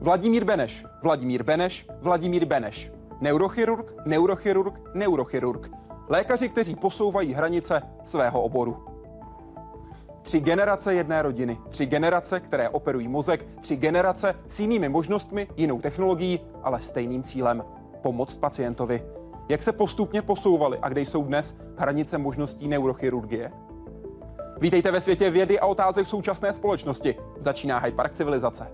Vladimír Beneš, Vladimír Beneš, Vladimír Beneš. Neurochirurg, neurochirurg, neurochirurg. Lékaři, kteří posouvají hranice svého oboru. 3 generace jedné rodiny, 3 generace, které operují mozek, 3 generace s jinými možnostmi, jinou technologií, ale stejným cílem – pomoct pacientovi. Jak se postupně posouvaly a kde jsou dnes hranice možností neurochirurgie? Vítejte ve světě vědy a otázek současné společnosti. Začíná Hyde Park civilizace.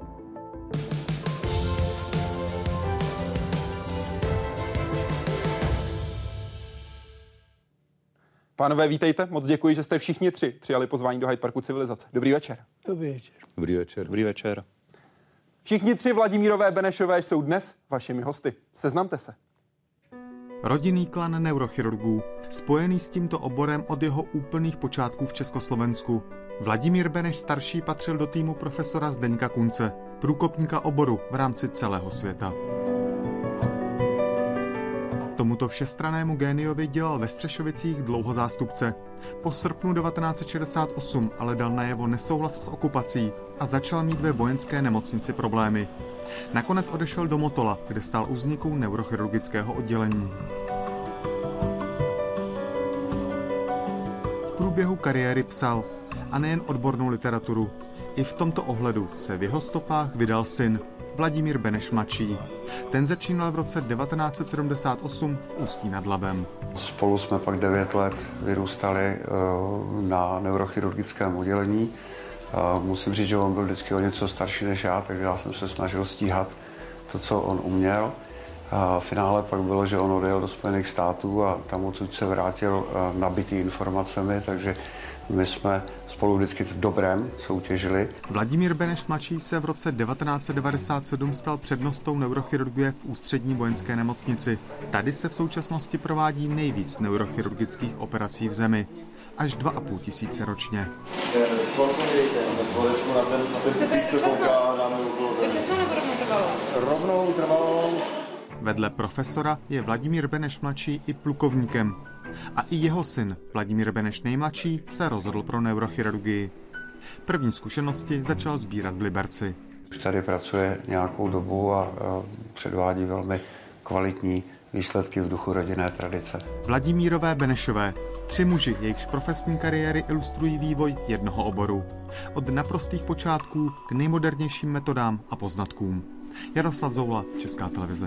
Pánové, vítejte. Moc děkuji, že jste všichni 3 přijali pozvání do Hyde Parku civilizace. Dobrý večer. Dobrý večer. Dobrý večer. Dobrý večer. Všichni 3 Vladimírové Benešové jsou dnes vašimi hosty. Seznamte se. Rodinný klan neurochirurgů, spojený s tímto oborem od jeho úplných počátků v Československu. Vladimír Beneš starší patřil do týmu profesora Zdeňka Kunce, průkopníka oboru v rámci celého světa. Tomuto všestrannému géniovi dělal ve Střešovicích dlouho zástupce. Po srpnu 1968 ale dal najevo nesouhlas s okupací a začal mít ve vojenské nemocnici problémy. Nakonec odešel do Motola, kde stál u vzniku neurochirurgického oddělení. V průběhu kariéry psal, a nejen odbornou literaturu. I v tomto ohledu se v jeho stopách vydal syn, Vladimír Beneš mladší. Ten začínal v roce 1978 v Ústí nad Labem. Spolu jsme pak 9 let vyrůstali na neurochirurgickém oddělení. Musím říct, že on byl vždycky o něco starší než já, takže já jsem se snažil stíhat to, co on uměl. V finále pak bylo, že on odjel do Spojených států a tam odsud se vrátil nabitý informacemi, takže my jsme spolu vždycky v dobrém soutěžili. Vladimír Beneš mladší se v roce 1997 stal přednostou neurochirurgie v Ústřední vojenské nemocnici. Tady se v současnosti provádí nejvíc neurochirurgických operací v zemi. Až 2,5 tisíce ročně. Vedle profesora je Vladimír Beneš mladší i plukovníkem. A i jeho syn, Vladimír Beneš nejmladší, se rozhodl pro neurochirurgii. První zkušenosti začal sbírat v Liberci. Už tady pracuje nějakou dobu a předvádí velmi kvalitní výsledky v duchu rodinné tradice. Vladimírové Benešové, 3 muži, jejichž profesní kariéry ilustrují vývoj jednoho oboru. Od naprostých počátků k nejmodernějším metodám a poznatkům. Jaroslav Zoula, Česká televize.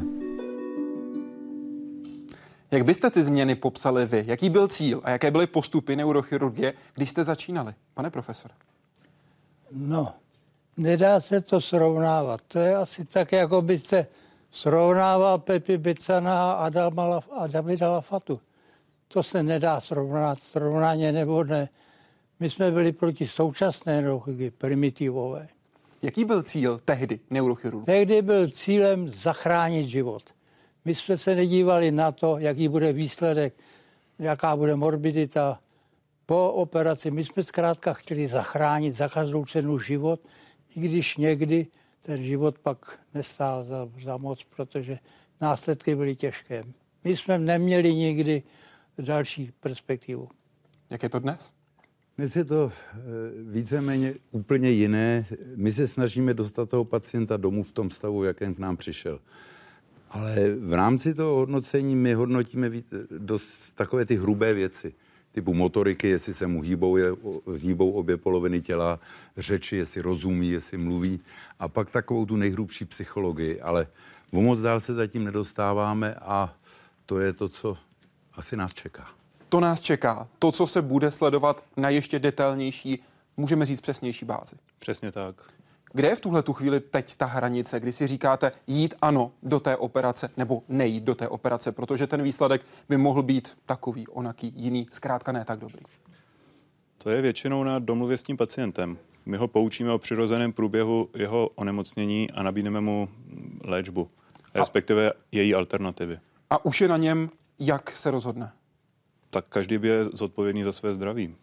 Jak byste ty změny popsali vy? Jaký byl cíl a jaké byly postupy neurochirurgie, když jste začínali, pane profesore? No, nedá se to srovnávat. To je asi tak, jako byste srovnával Pepi Bicana a Davida Lafatu. To se nedá srovnat, srovnání nevhodné. My jsme byli proti současné neurochirurgii, primitivové. Jaký byl cíl tehdy neurochirurgů? Tehdy byl cílem zachránit život. My jsme se nedívali na to, jaký bude výsledek, jaká bude morbidita po operaci. My jsme zkrátka chtěli zachránit za každou cenu život, i když někdy ten život pak nestál za moc, protože následky byly těžké. My jsme neměli nikdy další perspektivu. Jak je to dnes? Dnes je to víceméně úplně jiné. My se snažíme dostat toho pacienta domů v tom stavu, v jakém k nám přišel. Ale v rámci toho hodnocení my hodnotíme dost takové ty hrubé věci. Typu motoriky, jestli se mu hýbou obě poloviny těla, řeči, jestli rozumí, jestli mluví. A pak takovou tu nejhrubší psychologii. Ale o moc dál se zatím nedostáváme a to je to, co asi nás čeká. To nás čeká. To, co se bude sledovat na ještě detailnější, můžeme říct přesnější bázi. Přesně tak. Kde je v tuhletu chvíli teď ta hranice, kdy si říkáte jít ano do té operace nebo nejít do té operace, protože ten výsledek by mohl být takový, onaký, jiný, zkrátka ne tak dobrý? To je většinou na domluvě s tím pacientem. My ho poučíme o přirozeném průběhu jeho onemocnění a nabídneme mu léčbu, respektive její alternativy. A už je na něm, jak se rozhodne? Tak každý je zodpovědný za své zdraví.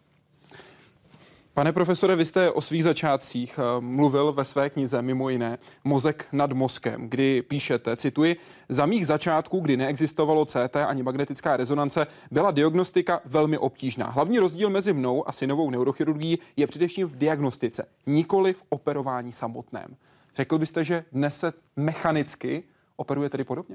Pane profesore, vy jste o svých začátcích mluvil ve své knize mimo jiné Mozek nad mozkem, kdy píšete, cituji, za mých začátků, kdy neexistovalo CT ani magnetická rezonance, byla diagnostika velmi obtížná. Hlavní rozdíl mezi mnou a synovou neurochirurgií je především v diagnostice, nikoli v operování samotném. Řekl byste, že dnes se mechanicky operuje tedy podobně?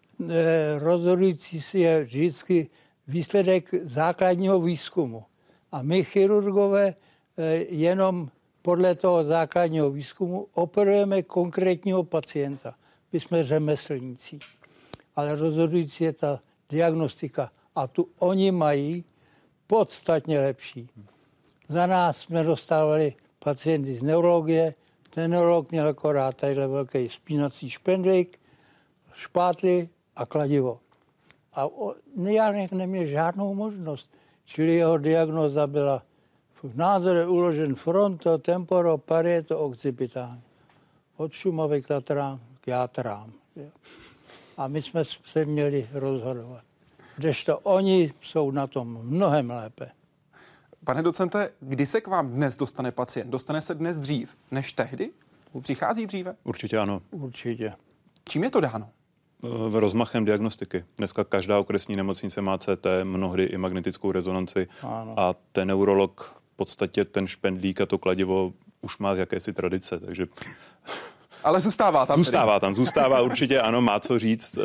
Rozhodující je vždycky výsledek základního výzkumu. A my chirurgové jenom podle toho základního výzkumu operujeme konkrétního pacienta. My jsme řemeslníci. Ale rozhodující je ta diagnostika. A tu oni mají podstatně lepší. Za nás jsme dostávali pacienty z neurologie. Ten neurolog měl akorát tadyhle velký spínací špendlík, špátly a kladivo. A já neměl žádnou možnost. Čili jeho diagnóza byla v nádor je uložen fronto, temporo, parieto, occipitální. Od Šumavy k Tatrám k játrám. A my jsme se měli rozhodovat. Kdežto oni jsou na tom mnohem lépe. Pane docente, kdy se k vám dnes dostane pacient? Dostane se dnes dřív než tehdy? Přichází dříve? Určitě ano. Určitě. Čím je to dáno? Rozmachem diagnostiky. Dneska každá okresní nemocnice má CT, mnohdy i magnetickou rezonanci. Ano. A ten neurolog v podstatě ten špendlík a to kladivo už má jakési tradice, takže... Ale zůstává tam. Zůstává určitě, ano, má co říct,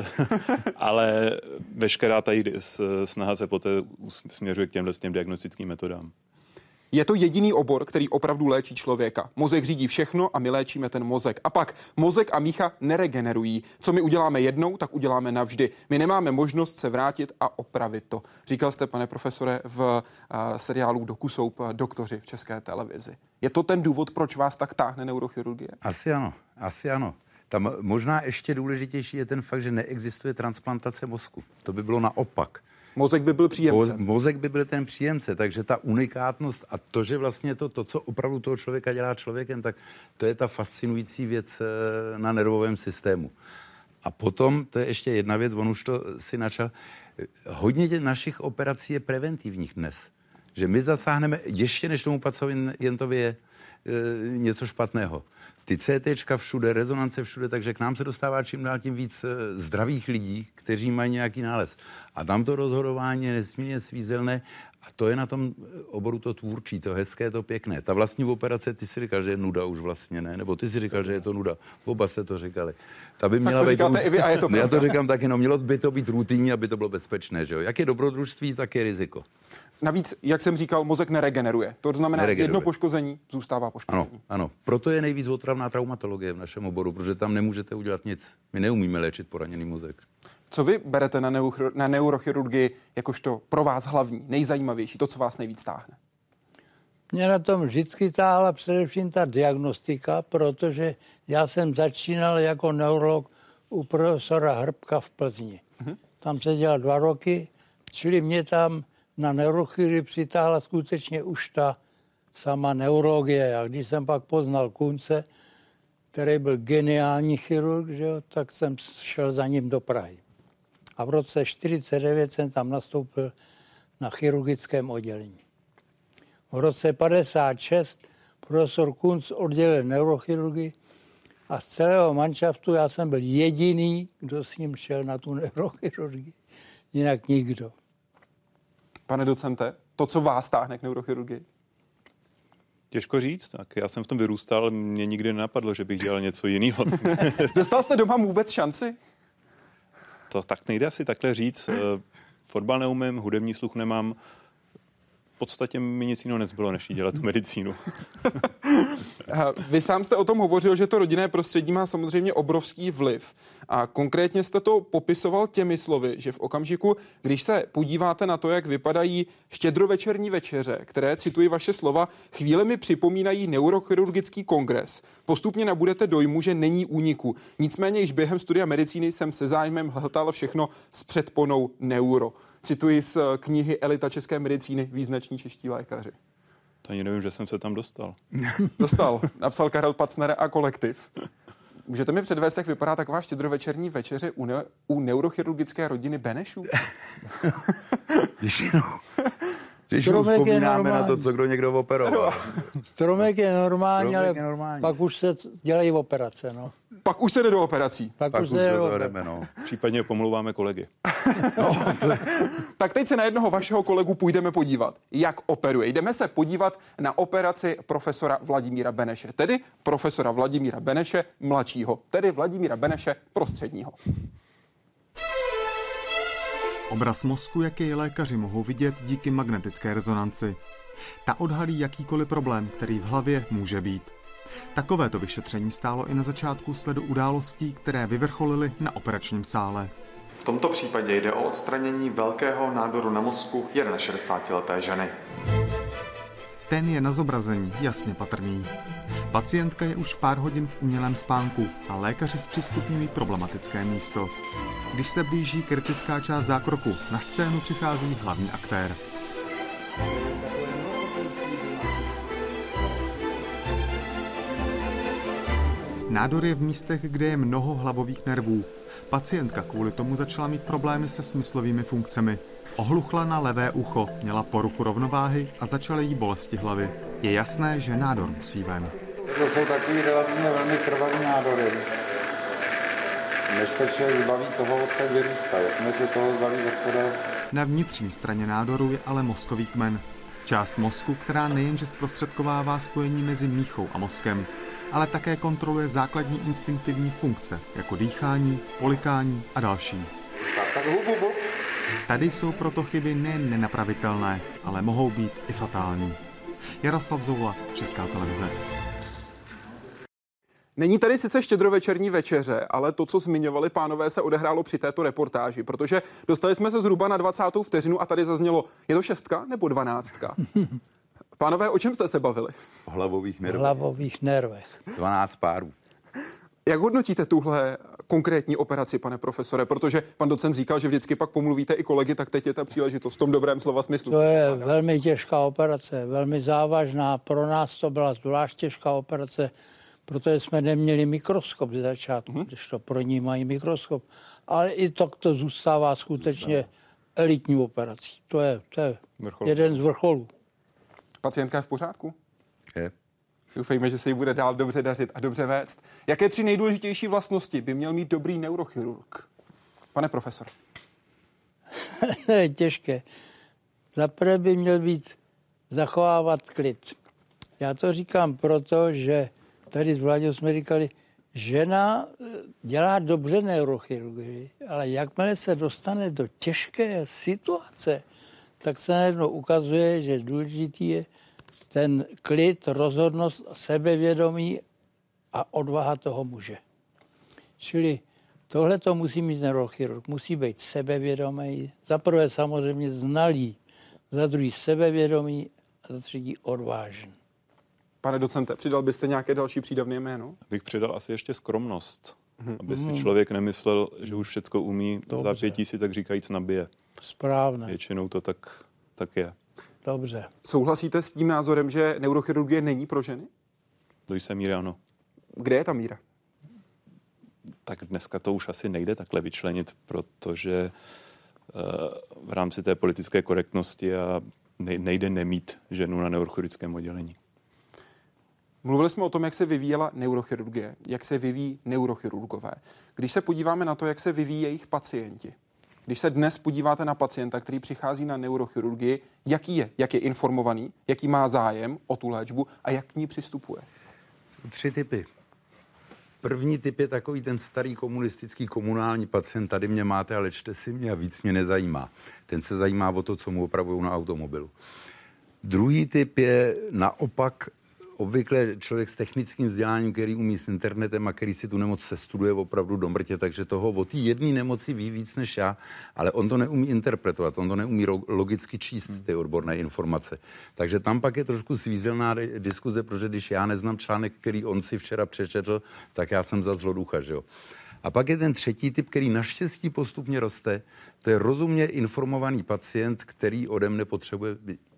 ale veškerá ta snaha se poté směřuje k těmhle diagnostickým metodám. Je to jediný obor, který opravdu léčí člověka. Mozek řídí všechno a my léčíme ten mozek. A pak mozek a mícha neregenerují. Co my uděláme jednou, tak uděláme navždy. My nemáme možnost se vrátit a opravit to. Říkal jste, pane profesore, v seriálu DocuSoap Doktoři v České televizi. Je to ten důvod, proč vás tak táhne neurochirurgie? Asi ano. Tam možná ještě důležitější je ten fakt, že neexistuje transplantace mozku. To by bylo naopak. Mozek by byl příjemce. Mozek by byl ten příjemce, takže ta unikátnost a to, že vlastně to, co opravdu toho člověka dělá člověkem, tak to je ta fascinující věc na nervovém systému. A potom, to je ještě jedna věc, on už to si načal, hodně těch našich operací je preventivních dnes. Že my zasáhneme, ještě než tomu pacientovi je něco špatného. Ty CTčka všude, rezonance všude, takže k nám se dostává čím dál tím víc zdravých lidí, kteří mají nějaký nález. A tam to rozhodování je nesmírně svízelné a to je na tom oboru to tvůrčí, to hezké, to pěkné. Ta vlastní operace, ty si říkal, že je nuda už vlastně, ne? Nebo ty si říkal, že je to nuda. Oba jste to říkali. Ta by měla být... i vy a je to pravda. Já to říkám taky, no mělo by to být rutinní, aby to bylo bezpečné, že jo? Jak je dobrodružství, tak je riziko. Navíc, jak jsem říkal, mozek neregeneruje. To znamená, jedno poškození zůstává poškození. Ano. Proto je nejvíc otravná traumatologie v našem oboru, protože tam nemůžete udělat nic. My neumíme léčit poraněný mozek. Co vy berete na neurochirurgii jakožto pro vás hlavní, nejzajímavější, to, co vás nejvíc táhne? Mě na tom vždycky táhla především ta diagnostika, protože já jsem začínal jako neurolog u profesora Hrbka v Plzni. Tam se dělal 2 roky, čili mě tam na neurochirurgii přitáhla skutečně už ta sama neurologie. A když jsem pak poznal Kunce, který byl geniální chirurg, že jo, tak jsem šel za ním do Prahy. A v roce 1949 jsem tam nastoupil na chirurgickém oddělení. V roce 1956 profesor Kunc oddělil neurochirurgii a z celého manšaftu já jsem byl jediný, kdo s ním šel na tu neurochirurgii. Jinak nikdo. Pane docente, to, co vás táhne k neurochirurgii? Těžko říct, tak já jsem v tom vyrůstal, mě nikdy nenapadlo, že bych dělal něco jiného. Dostal jste doma vůbec šanci? To tak nejde asi takhle říct. Fotbal neumím, hudební sluch nemám. V podstatě mi nic jiného nezbylo, než dělat tu medicínu. Vy sám jste o tom hovořil, že to rodinné prostředí má samozřejmě obrovský vliv. A konkrétně jste to popisoval těmi slovy, že v okamžiku, když se podíváte na to, jak vypadají štědrovečerní večeře, které, cituji vaše slova, chvílemi připomínají neurochirurgický kongres, postupně nabudete dojmu, že není úniku. Nicméně již během studia medicíny jsem se zájmem hltal všechno s předponou neuro. Cituji z knihy Elita české medicíny, význační čeští lékaři. To ani nevím, že jsem se tam dostal. Dostal. Napsal Karel Pacner a kolektiv. Můžete mi předvést, jak vypadá taková štědrovečerní večeře u neurochirurgické rodiny Benešů? Když už vzpomínáme na to, co kdo někdo operoval. Stromek je normální, ale pak už se dělají operace, no. Pak už se jde do operací. Pak už se to jdeme, no. Případně pomlouváme kolegy. Tak teď se na jednoho vašeho kolegu půjdeme podívat, jak operuje. Jdeme se podívat na operaci profesora Vladimíra Beneše, tedy profesora Vladimíra Beneše mladšího, tedy Vladimíra Beneše prostředního. Obraz mozku, jaký lékaři mohou vidět díky magnetické rezonanci. Ta odhalí jakýkoliv problém, který v hlavě může být. Takovéto vyšetření stálo i na začátku sledu událostí, které vyvrcholily na operačním sále. V tomto případě jde o odstranění velkého nádoru na mozku 61leté ženy. Ten je na zobrazení jasně patrný. Pacientka je už pár hodin v umělém spánku a lékaři zpřístupňují problematické místo. Když se blíží kritická část zákroku, na scénu přichází hlavní aktér. Nádor je v místech, kde je mnoho hlavových nervů. Pacientka kvůli tomu začala mít problémy se smyslovými funkcemi. Ohluchla na levé ucho, měla poruchu rovnováhy a začaly jí bolesti hlavy. Je jasné, že nádor musí ven. To jsou takový relativně velmi krvavý nádory. Než se člověk zbaví toho, odkud vyrůstá. Jakmile se toho zbaví, odkud... Na vnitřní straně nádoru je ale mozkový kmen. Část mozku, která nejenže zprostředkovává spojení mezi míchou a mozkem, ale také kontroluje základní instinktivní funkce, jako dýchání, polikání a další. Tady jsou proto chyby nejen nenapravitelné, ale mohou být i fatální. Jaroslav Zoula, Česká televize. Není tady sice štědrovečerní večeře, ale to, co zmiňovali pánové, se odehrálo při této reportáži, protože dostali jsme se zhruba na 20. vteřinu a tady zaznělo, je to 6 nebo 12? Pánové, o čem jste se bavili? O hlavových nervech. Hlavových nervech. 12 párů. Jak hodnotíte tuhle konkrétní operaci, pane profesore? Protože pan docent říkal, že vždycky pak pomluvíte i kolegy, tak teď je ta příležitost v tom dobrém slova smyslu. To je velmi těžká operace, velmi závažná. Pro nás to byla zvlášť těžká operace, protože jsme neměli mikroskop ze začátku, když to pro ní mají mikroskop. Ale i to zůstává skutečně elitní operací. To je jeden z vrcholů. Pacientka je v pořádku? Je. Doufejme, že se jí bude dál dobře dařit a dobře vést. Jaké 3 nejdůležitější vlastnosti by měl mít dobrý neurochirurg? Pane profesor. Je těžké. Zaprvé by měl zachovávat klid. Já to říkám proto, že tady s Vláďou jsme říkali, žena dělá dobře neurochirurgii, ale jakmile se dostane do těžké situace, tak se najednou ukazuje, že důležitý je ten klid, rozhodnost, sebevědomí a odvaha toho muže. Čili tohle to musí mít neurochirurg. Musí být sebevědomý, za prvé samozřejmě znalý, za druhý sebevědomý a za třetí odvážný. Pane docente, přidal byste nějaké další přídavné jméno? Bych přidal asi ještě skromnost. Aby si člověk nemyslel, že už všecko umí, zápětí si tak říkajíc nabije. Správně. Většinou to tak je. Dobře. Souhlasíte s tím názorem, že neurochirurgie není pro ženy? Do jisté míry ano. Kde je ta míra? Tak dneska to už asi nejde takhle vyčlenit, protože v rámci té politické korektnosti a nejde nemít ženu na neurochirurgickém oddělení. Mluvili jsme o tom, jak se vyvíjela neurochirurgie, jak se vyvíjí neurochirurgové. Když se podíváme na to, jak se vyvíjí jejich pacienti, když se dnes podíváte na pacienta, který přichází na neurochirurgii, jak je informovaný, jaký má zájem o tu léčbu a jak k ní přistupuje? 3 typy. První typ je takový ten starý komunistický komunální pacient, tady mě máte, ale čte si mě a víc mě nezajímá. Ten se zajímá o to, co mu opravují na automobilu. Druhý typ je naopak obvykle člověk s technickým vzděláním, který umí s internetem a který si tu nemoc sestuduje opravdu do mrtě, takže toho o té jedné nemoci ví víc než já, ale on to neumí interpretovat, on to neumí logicky číst ty odborné informace. Takže tam pak je trošku svízelná diskuze, protože když já neznám článek, který on si včera přečetl, tak já jsem za zloducha, že jo. A pak je ten třetí typ, který naštěstí postupně roste, to je rozumně informovaný pacient, který ode mne potřebuje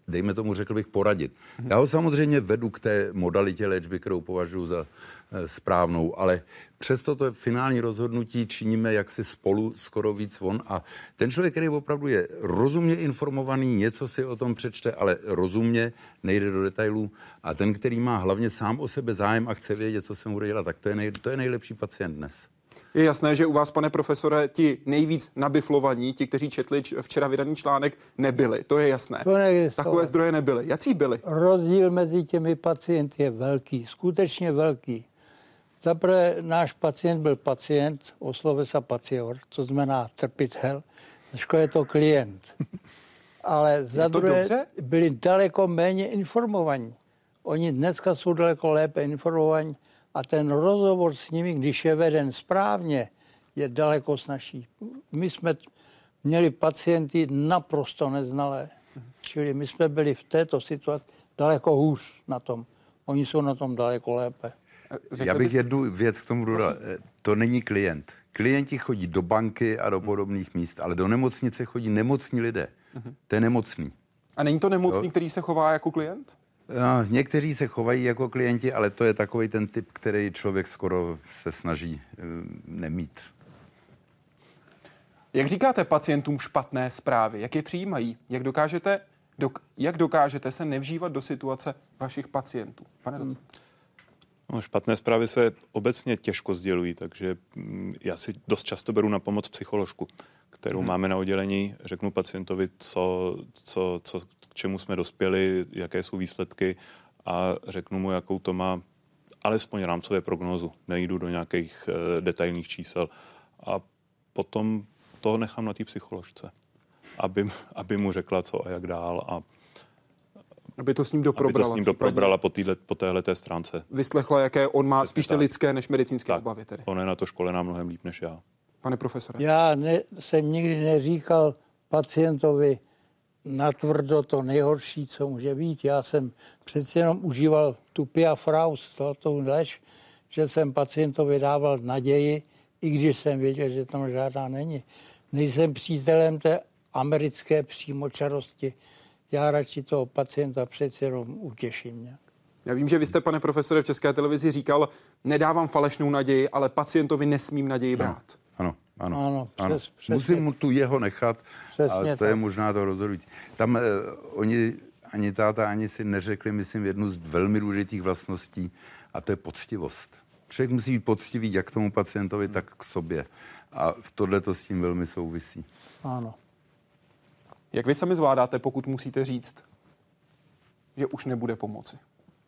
dejme tomu, řekl bych, poradit. Já ho samozřejmě vedu k té modalitě léčby, kterou považuji za správnou, ale přesto to finální rozhodnutí činíme jaksi spolu, skoro víc on. A ten člověk, který opravdu je rozumně informovaný, něco si o tom přečte, ale rozumně, nejde do detailů. A ten, který má hlavně sám o sebe zájem a chce vědět, co se mu bude dělat, tak to je nejlepší pacient dnes. Je jasné, že u vás, pane profesore, ti nejvíc nabiflovaní, ti, kteří četli včera vydaný článek, nebyli. To je jasné. Takové zdroje nebyly. Jací byli? Rozdíl mezi těmi pacienty je velký, skutečně velký. Zaprvé náš pacient byl pacient, oslove sa pacior, to znamená trpitel, dneško je to klient. Ale za druhé byli daleko méně informovaní. Oni dneska jsou daleko lépe informovaní a ten rozhovor s nimi, když je veden správně, je daleko snazší. My jsme měli pacienty naprosto neznalé. Čili my jsme byli v této situaci daleko hůř na tom. Oni jsou na tom daleko lépe. Já bych jednu věc k tomu dodal. To není klient. Klienti chodí do banky a do podobných míst, ale do nemocnice chodí nemocní lidé. To je nemocný. A není to nemocný, který se chová jako klient? No, někteří se chovají jako klienti, ale to je takový ten typ, který člověk skoro se snaží nemít. Jak říkáte pacientům špatné zprávy? Jak je přijímají? Jak dokážete se nevžívat do situace vašich pacientů? Pane docent. No, špatné zprávy se obecně těžko sdělují, takže já si dost často beru na pomoc psycholožku, kterou máme na oddělení. Řeknu pacientovi, k čemu jsme dospěli, jaké jsou výsledky a řeknu mu, jakou to má alespoň rámcové prognózu. Nejdu do nějakých detailních čísel. A potom to nechám na té psycholožce, aby mu řekla, co a jak dál a aby to s ním doprobrala po téhleté stránce. Vyslechla, jaké on má spíš lidské než medicínské obavy tedy. On je na to školená mnohem líp než já. Pane profesore. Já jsem nikdy neříkal pacientovi natvrdo to nejhorší, co může být. Já jsem přeci jenom užíval tu piafraus, tu lež, že jsem pacientovi dával naději, i když jsem věděl, že tam žádná není. Nejsem přítelem té americké přímočarosti. Já radši toho pacienta přeci jenom utěším nějak. Já vím, že vy jste, pane profesore, v České televizi říkal, nedávám falešnou naději, ale pacientovi nesmím naději brát. Ano. Musím mu tu jeho nechat a to je možná to rozhodující. Tam oni, ani táta, ani si neřekli, myslím, jednu z velmi důležitých vlastností a to je poctivost. Člověk musí být poctivý jak k tomu pacientovi, tak k sobě. A tohle to s tím velmi souvisí. Ano. Jak vy sami zvládáte, pokud musíte říct, že už nebude pomoci?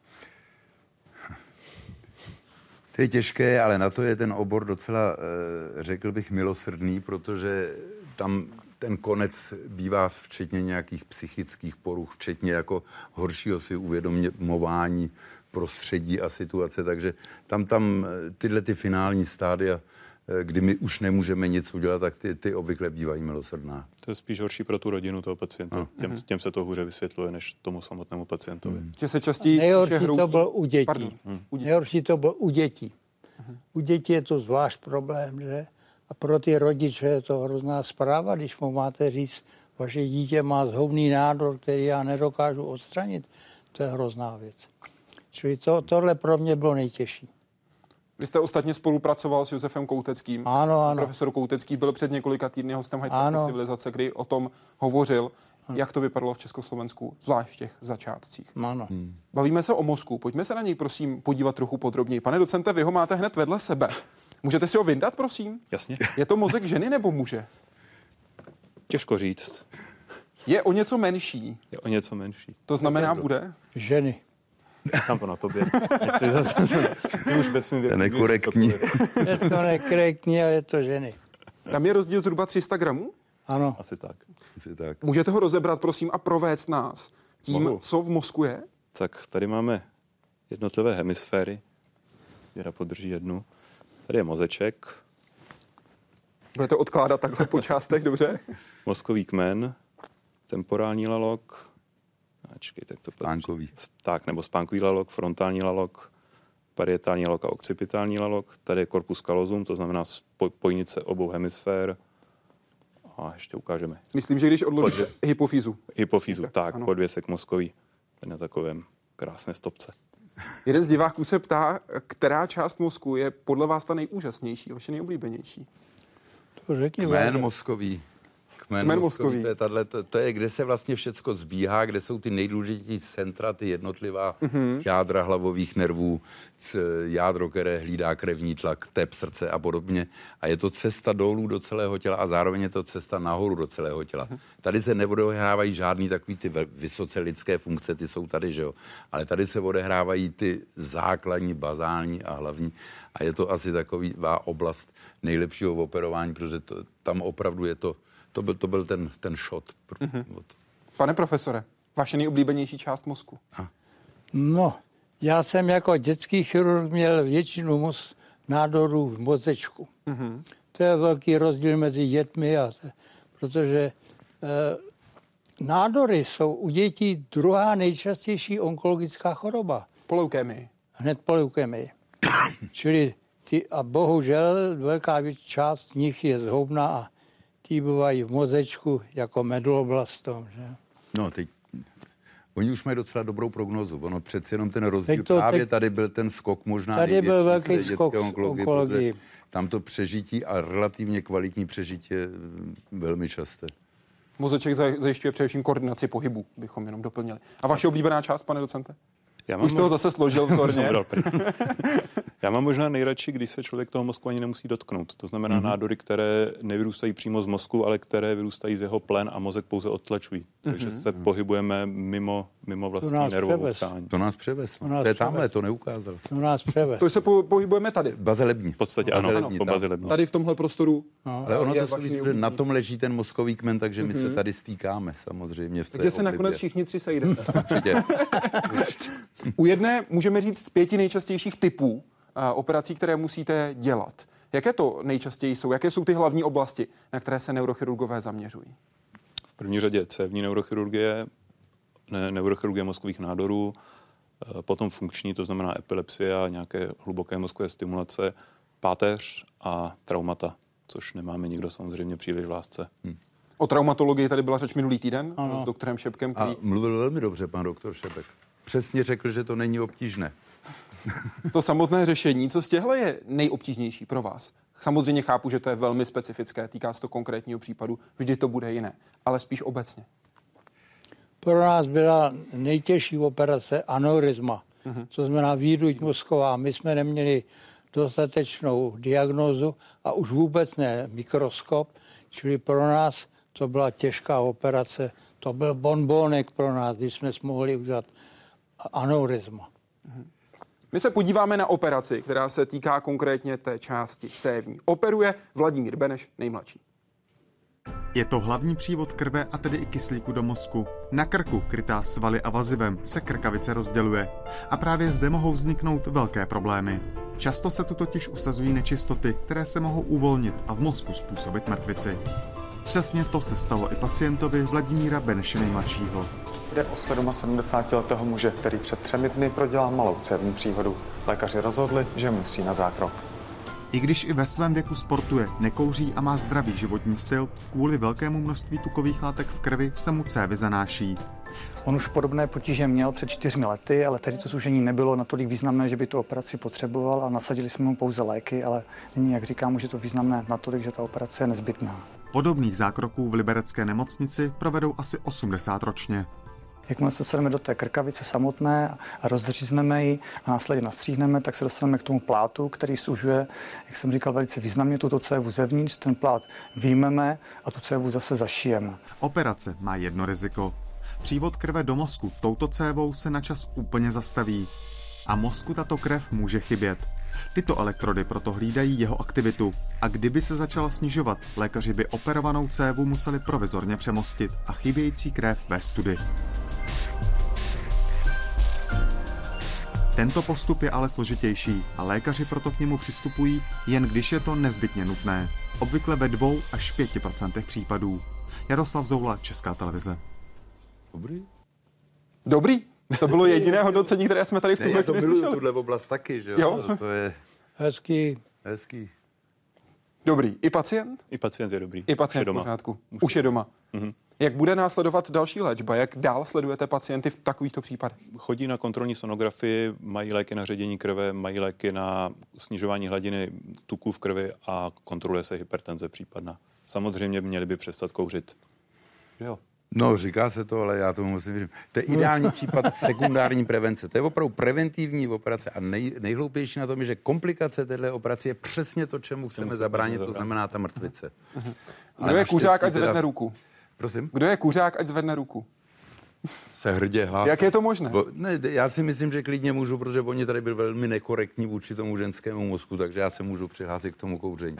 To je těžké, ale na to je ten obor docela, řekl bych, milosrdný, protože tam ten konec bývá včetně nějakých psychických poruch, včetně jako horšího si uvědomování prostředí a situace, takže tam tyhle ty finální stádia, kdy my už nemůžeme nic udělat, tak ty obvykle bývají milosrdná. To je spíš horší pro tu rodinu toho pacienta. Těm se to hůře vysvětluje, než tomu samotnému pacientovi. Že se častěji nejhorší to bylo u dětí. Nejhorší to bylo u dětí. U dětí je to zvlášť problém, že? A pro ty rodiče je to hrozná zpráva, když mu máte říct, vaše dítě má zhoubný nádor, který já nedokážu odstranit. To je hrozná věc. Čili tohle pro mě bylo nejtěžší. Vy jste ostatně spolupracoval s Josefem Kouteckým. Ano. Profesor Koutecký byl před několika týdny hostem Hypertech civilizace, kdy o tom hovořil, jak to vypadalo v Československu, zvlášť v těch začátcích. Ano. Bavíme se o mozku. Pojďme se na něj, prosím, podívat trochu podrobněji. Pane docente, vy ho máte hned vedle sebe. Můžete si ho vyndat, prosím? Jasně. Je to mozek ženy nebo muže? Těžko říct. Je o něco menší. Je o něco menší. To znamená, bude? Ženy. Tam to na tobě. Už bez svým věku. Nekorektní. Je to nekorektní, ale je to ženy. Tam je rozdíl zhruba 300 gramů? Ano. Asi tak. Můžete ho rozebrat, prosím, a provést nás tím, co v mozku je? Tak tady máme jednotlivé hemisféry. Věra podrží jednu. Tady je mozeček. Budete odkládat takhle po částech, dobře? Mozkový kmen, temporální lalok, spánkový. Tak, nebo spánkový lalok, frontální lalok, parietální lalok a occipitální lalok. Tady je corpus callosum, to znamená spojnice obou hemisfér. a ještě ukážeme. Myslím, že když odloží hypofýzu. Hypofýzu, tak, ano. podvěsek mozkový. Ten na takovém krásné stopce. Jeden z diváků se ptá, která část mozku je podle vás ta nejúžasnější, vaše nejoblíbenější? To řekni, Kmen mozkový. Kmen mozkový. To je, kde se vlastně všecko zbíhá, kde jsou ty nejdůležitější centra, ty jednotlivá jádra hlavových nervů, jádro, které hlídá krevní tlak, tep srdce a podobně. A je to cesta dolů do celého těla a zároveň je to cesta nahoru do celého těla. Tady se neodehrávají žádný takový ty vysoce lidské funkce, ty jsou tady, že jo. Ale tady se odehrávají ty základní, bazální a hlavní. A je to asi taková oblast nejlepšího operování, protože tam opravdu je to byl ten shot. Pane profesore, vaše nejoblíbenější část mozku? No, já jsem jako dětský chirurg měl většinu nádorů v mozečku. To je velký rozdíl mezi dětmi, protože nádory jsou u dětí druhá nejčastější onkologická choroba. Po leukémii. Hned po leukémii. Čili a bohužel velká část z nich je zhoubná a ty bývají v mozečku jako meduloblastom. Že? No, teď oni už mají docela dobrou prognózu. Ono přeci jenom ten rozdíl právě tady byl ten skok možná tady byl velký skok onkologii. Tam to přežití a relativně kvalitní přežití je velmi časté. Mozeček zajišťuje především koordinaci pohybu, bychom jenom doplnili. A vaše oblíbená část, pane docente? Už jste ho zase složil vzorně. Já mám možná nejradši, když se člověk toho mozku ani nemusí dotknout. To znamená nádory, které nevyrůstají přímo z mozku, ale které vyrůstají z jeho plen a mozek pouze odtlačují. Takže se pohybujeme mimo vlastní nervovou tkáň. To nás převez. To je tamhle, to neukázal. To nás převez. To se pohybujeme tady. Bazilební. V podstatě ano, po bazilební. Tady v tomhle prostoru. No, ale ono to souvisí, že na tom leží ten mozkový kmen, takže my se tady stýkáme samozřejmě v té Takže se nakonec všichni tři sejdete. Určitě. U jedné můžeme říct z 5 nejčastějších typů operací, které musíte dělat. Jaké to nejčastěji jsou? Jaké jsou ty hlavní oblasti, na které se neurochirurgové zaměřují? V první řadě cévní neurochirurgie, neurochirurgie mozkových nádorů, potom funkční, to znamená epilepsie a nějaké hluboké mozkové stimulace, páteř a traumata, což nemáme nikdo samozřejmě příliš v lásce. O traumatologii tady byla řeč minulý týden s doktorem Šepkem. A mluvil velmi dobře pan doktor Šepek. Přesně řekl, že to není obtížné. To samotné řešení, co z těchto je nejobtížnější pro vás? Samozřejmě chápu, že to je velmi specifické, týká se to konkrétního případu, vždy to bude jiné, ale spíš obecně. Pro nás byla nejtěžší operace aneurisma, to znamená výduť mozková. My jsme neměli dostatečnou diagnózu a už vůbec ne mikroskop, čili pro nás to byla těžká operace. To byl bonbónek pro nás, když jsme mohli udělat aneurisma. My se podíváme na operaci, která se týká konkrétně té části cévní. Operuje Vladimír Beneš, nejmladší. Je to hlavní přívod krve a tedy i kyslíku do mozku. Na krku, krytá svaly a vazivem, se krkavice rozděluje. A právě zde mohou vzniknout velké problémy. Často se tu totiž usazují nečistoty, které se mohou uvolnit a v mozku způsobit mrtvici. Přesně to se stalo i pacientovi Vladimíra Beneše nejmladšího. Jde o 77letého muže, který před 3 dny prodělal malou cévní příhodu. Lékaři rozhodli, že musí na zákrok. I když i ve svém věku sportuje, nekouří a má zdravý životní styl, kvůli velkému množství tukových látek v krvi se mu cévy zanáší. On už podobné potíže měl před 4 lety, ale tehdy to zúžení nebylo natolik významné, že by tu operaci potřeboval a nasadili jsme mu pouze léky, ale nyní, jak říkám, už je to významné natolik, že ta operace je nezbytná. Podobných zákroků v liberecké nemocnici provedou asi 80 ročně. Jakmile se dostaneme do té krkavice samotné a rozřízneme ji a následně nastříhneme, tak se dostaneme k tomu plátu, který sužuje, jak jsem říkal, velice významně tuto cévu zevnitř. Ten plát vyjmeme a tu cévu zase zašijeme. Operace má jedno riziko. Přívod krve do mozku touto cévou se na čas úplně zastaví. A mozku tato krev může chybět. Tyto elektrody proto hlídají jeho aktivitu. A kdyby se začala snižovat, lékaři by operovanou cévu museli provizorně přemostit a chybějící krev vést tudy. Tento postup je ale složitější a lékaři proto k němu přistupují jen když je to nezbytně nutné. Obvykle ve 2 až 5% případů. Jaroslav Zoula, Česká televize. Dobrý. To bylo jediné hodnocení, které jsme tady v tuhle chvíli slyšeli. Tuhle oblast taky, že jo? To je Hezký. Dobrý. I pacient? I pacient je dobrý. I pacient v pořádku. Už je doma. Mm-hmm. Jak bude následovat další léčba? Jak dál sledujete pacienty v takovýchto případech? Chodí na kontrolní sonografii, mají léky na ředění krve, mají léky na snižování hladiny tuků v krvi a kontroluje se hypertenze případná. Samozřejmě měli by přestat kouřit. Jo. No, říká se to, ale já tomu musím věřit. To je ideální případ sekundární prevence. To je opravdu preventivní operace a nejhloupější na tom je, že komplikace této operace je přesně to, čemu chceme zabránit, to znamená ta mrtvice. Kdo je kuřák, ať zvedne ruku. Prosím? Kdo je kuřák, ať zvedne ruku. Se hrdě hlásí. Jak je to možné? Ne, já si myslím, že klidně můžu, protože oni tady byl velmi nekorektní vůči tomu ženskému mozku, takže já se můžu přihlásit k tomu kouření.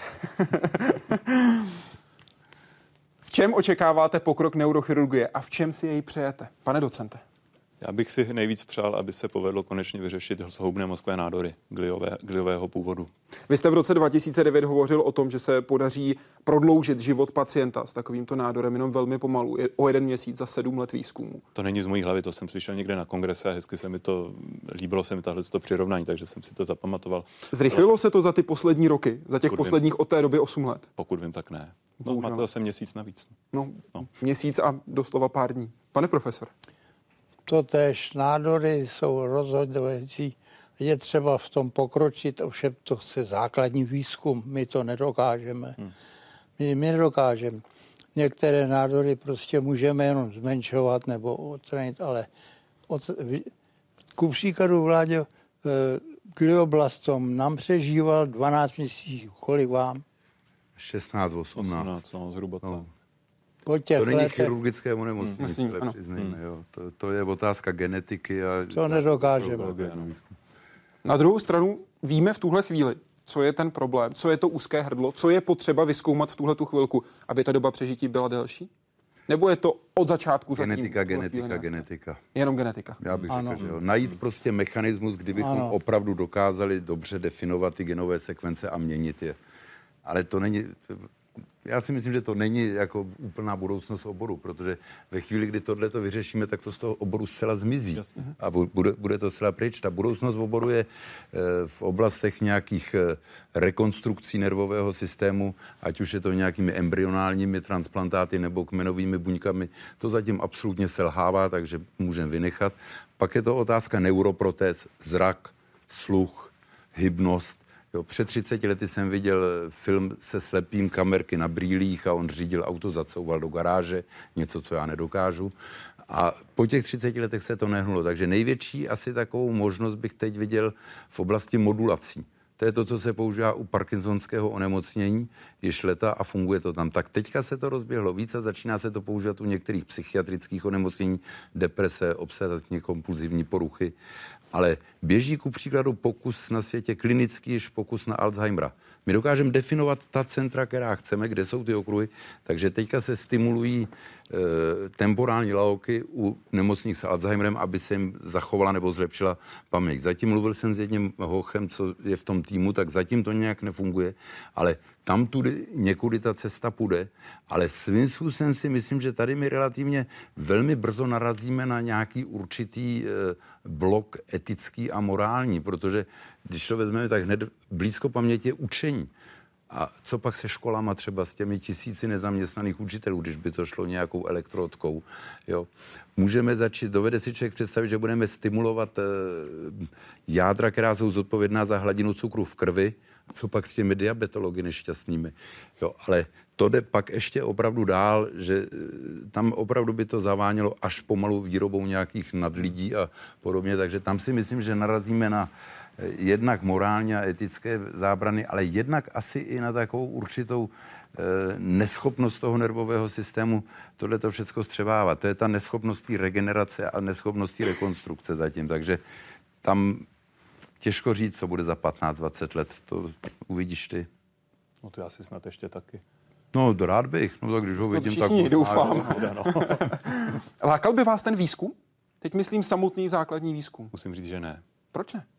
V čem očekáváte pokrok neurochirurgie a v čem si jej přejete? Pane docente. Já bych si nejvíc přál, aby se povedlo konečně vyřešit zhoubné mozkové nádory gliového původu. Vy jste v roce 2009 hovořil o tom, že se podaří prodloužit život pacienta s takovýmto nádorem jenom velmi pomalu, o 1 měsíc za 7 let výzkumu. To není z mojí hlavy, to jsem slyšel někde na kongrese a hezky se mi to líbilo, se mi tohleto přirovnání, takže jsem si to zapamatoval. Zrychlilo se to za ty poslední roky, za těch posledních od té doby 8 let? Pokud vím, tak ne. No, má to zase měsíc navíc. No, měsíc a doslova pár dní. Pane profesor. Totéž nádory jsou rozhodující. Je třeba v tom pokročit, ovšem to chce základní výzkum. My to nedokážeme. My nedokážeme. Některé nádory prostě můžeme jenom zmenšovat nebo odstranit, ale ku příkladu, Vláďo, glioblastom nám přežíval 12 měsíců. Kolik vám? 16, 18. No, zhruba to. To není chirurgické onemocnění, přiznejme. To je otázka genetiky. A to nedokážeme. Na druhou stranu víme v tuhle chvíli, co je ten problém, co je to úzké hrdlo, co je potřeba vyzkoumat v tuhletu chvilku, aby ta doba přežití byla delší? Nebo je to od začátku Genetika. Jenom genetika. Já bych řekl, že jo. Najít prostě mechanismus, kdybychom opravdu dokázali dobře definovat ty genové sekvence a měnit je. Ale to není... Já si myslím, že to není jako úplná budoucnost oboru, protože ve chvíli, kdy tohleto vyřešíme, tak to z toho oboru zcela zmizí. A bude to zcela pryč. Ta budoucnost oboru je v oblastech nějakých rekonstrukcí nervového systému, ať už je to nějakými embryonálními transplantáty nebo kmenovými buňkami. To zatím absolutně selhává, takže můžeme vynechat. Pak je to otázka neuroprotéz, zrak, sluch, hybnost. Jo, před 30 lety jsem viděl film se slepým, kamerky na brýlích a on řídil auto, zacouval do garáže, něco, co já nedokážu. A po těch 30 letech se to nehnulo. Takže největší asi takovou možnost bych teď viděl v oblasti modulací. To je to, co se používá u parkinsonského onemocnění již leta a funguje to tam. Tak teďka se to rozběhlo víc a začíná se to používat u některých psychiatrických onemocnění, deprese, obsedantně kompulzivní poruchy. Ale běží ku příkladu pokus na světě, klinický již pokus na Alzheimera. My dokážeme definovat ta centra, která chceme, kde jsou ty okruhy, takže teďka se stimulují temporální lauky u nemocných s Alzheimerem, aby se jim zachovala nebo zlepšila paměť. Zatím mluvil jsem s jedním hochem, co je v tom týmu, tak zatím to nějak nefunguje, ale tam tudy někudy ta cesta půjde, ale svým způsobem si myslím, že tady my relativně velmi brzo narazíme na nějaký určitý blok etický a morální, protože když to vezmeme, tak hned blízko paměti je učení. A co pak se školama třeba s těmi 1000 nezaměstnaných učitelů, když by to šlo nějakou elektrodkou, jo? Můžeme začít, dovede si člověk představit, že budeme stimulovat jádra, která jsou zodpovědná za hladinu cukru v krvi, co pak s těmi diabetology nešťastnými. Jo, ale to jde pak ještě opravdu dál, že tam opravdu by to zavánělo až pomalu výrobou nějakých nadlidí a podobně, takže tam si myslím, že narazíme na jednak morálně a etické zábrany, ale jednak asi i na takovou určitou neschopnost toho nervového systému tohleto všecko střebávat. To je ta neschopnost té regenerace a neschopnost té rekonstrukce zatím, takže tam těžko říct, co bude za 15-20 let, to uvidíš ty. No to já si snad ještě taky. No, rád bych, no tak když ho vidím, tak... doufám. Lákal by vás ten výzkum? Teď myslím samotný základní výzkum. Musím říct, že ne. Proč ne?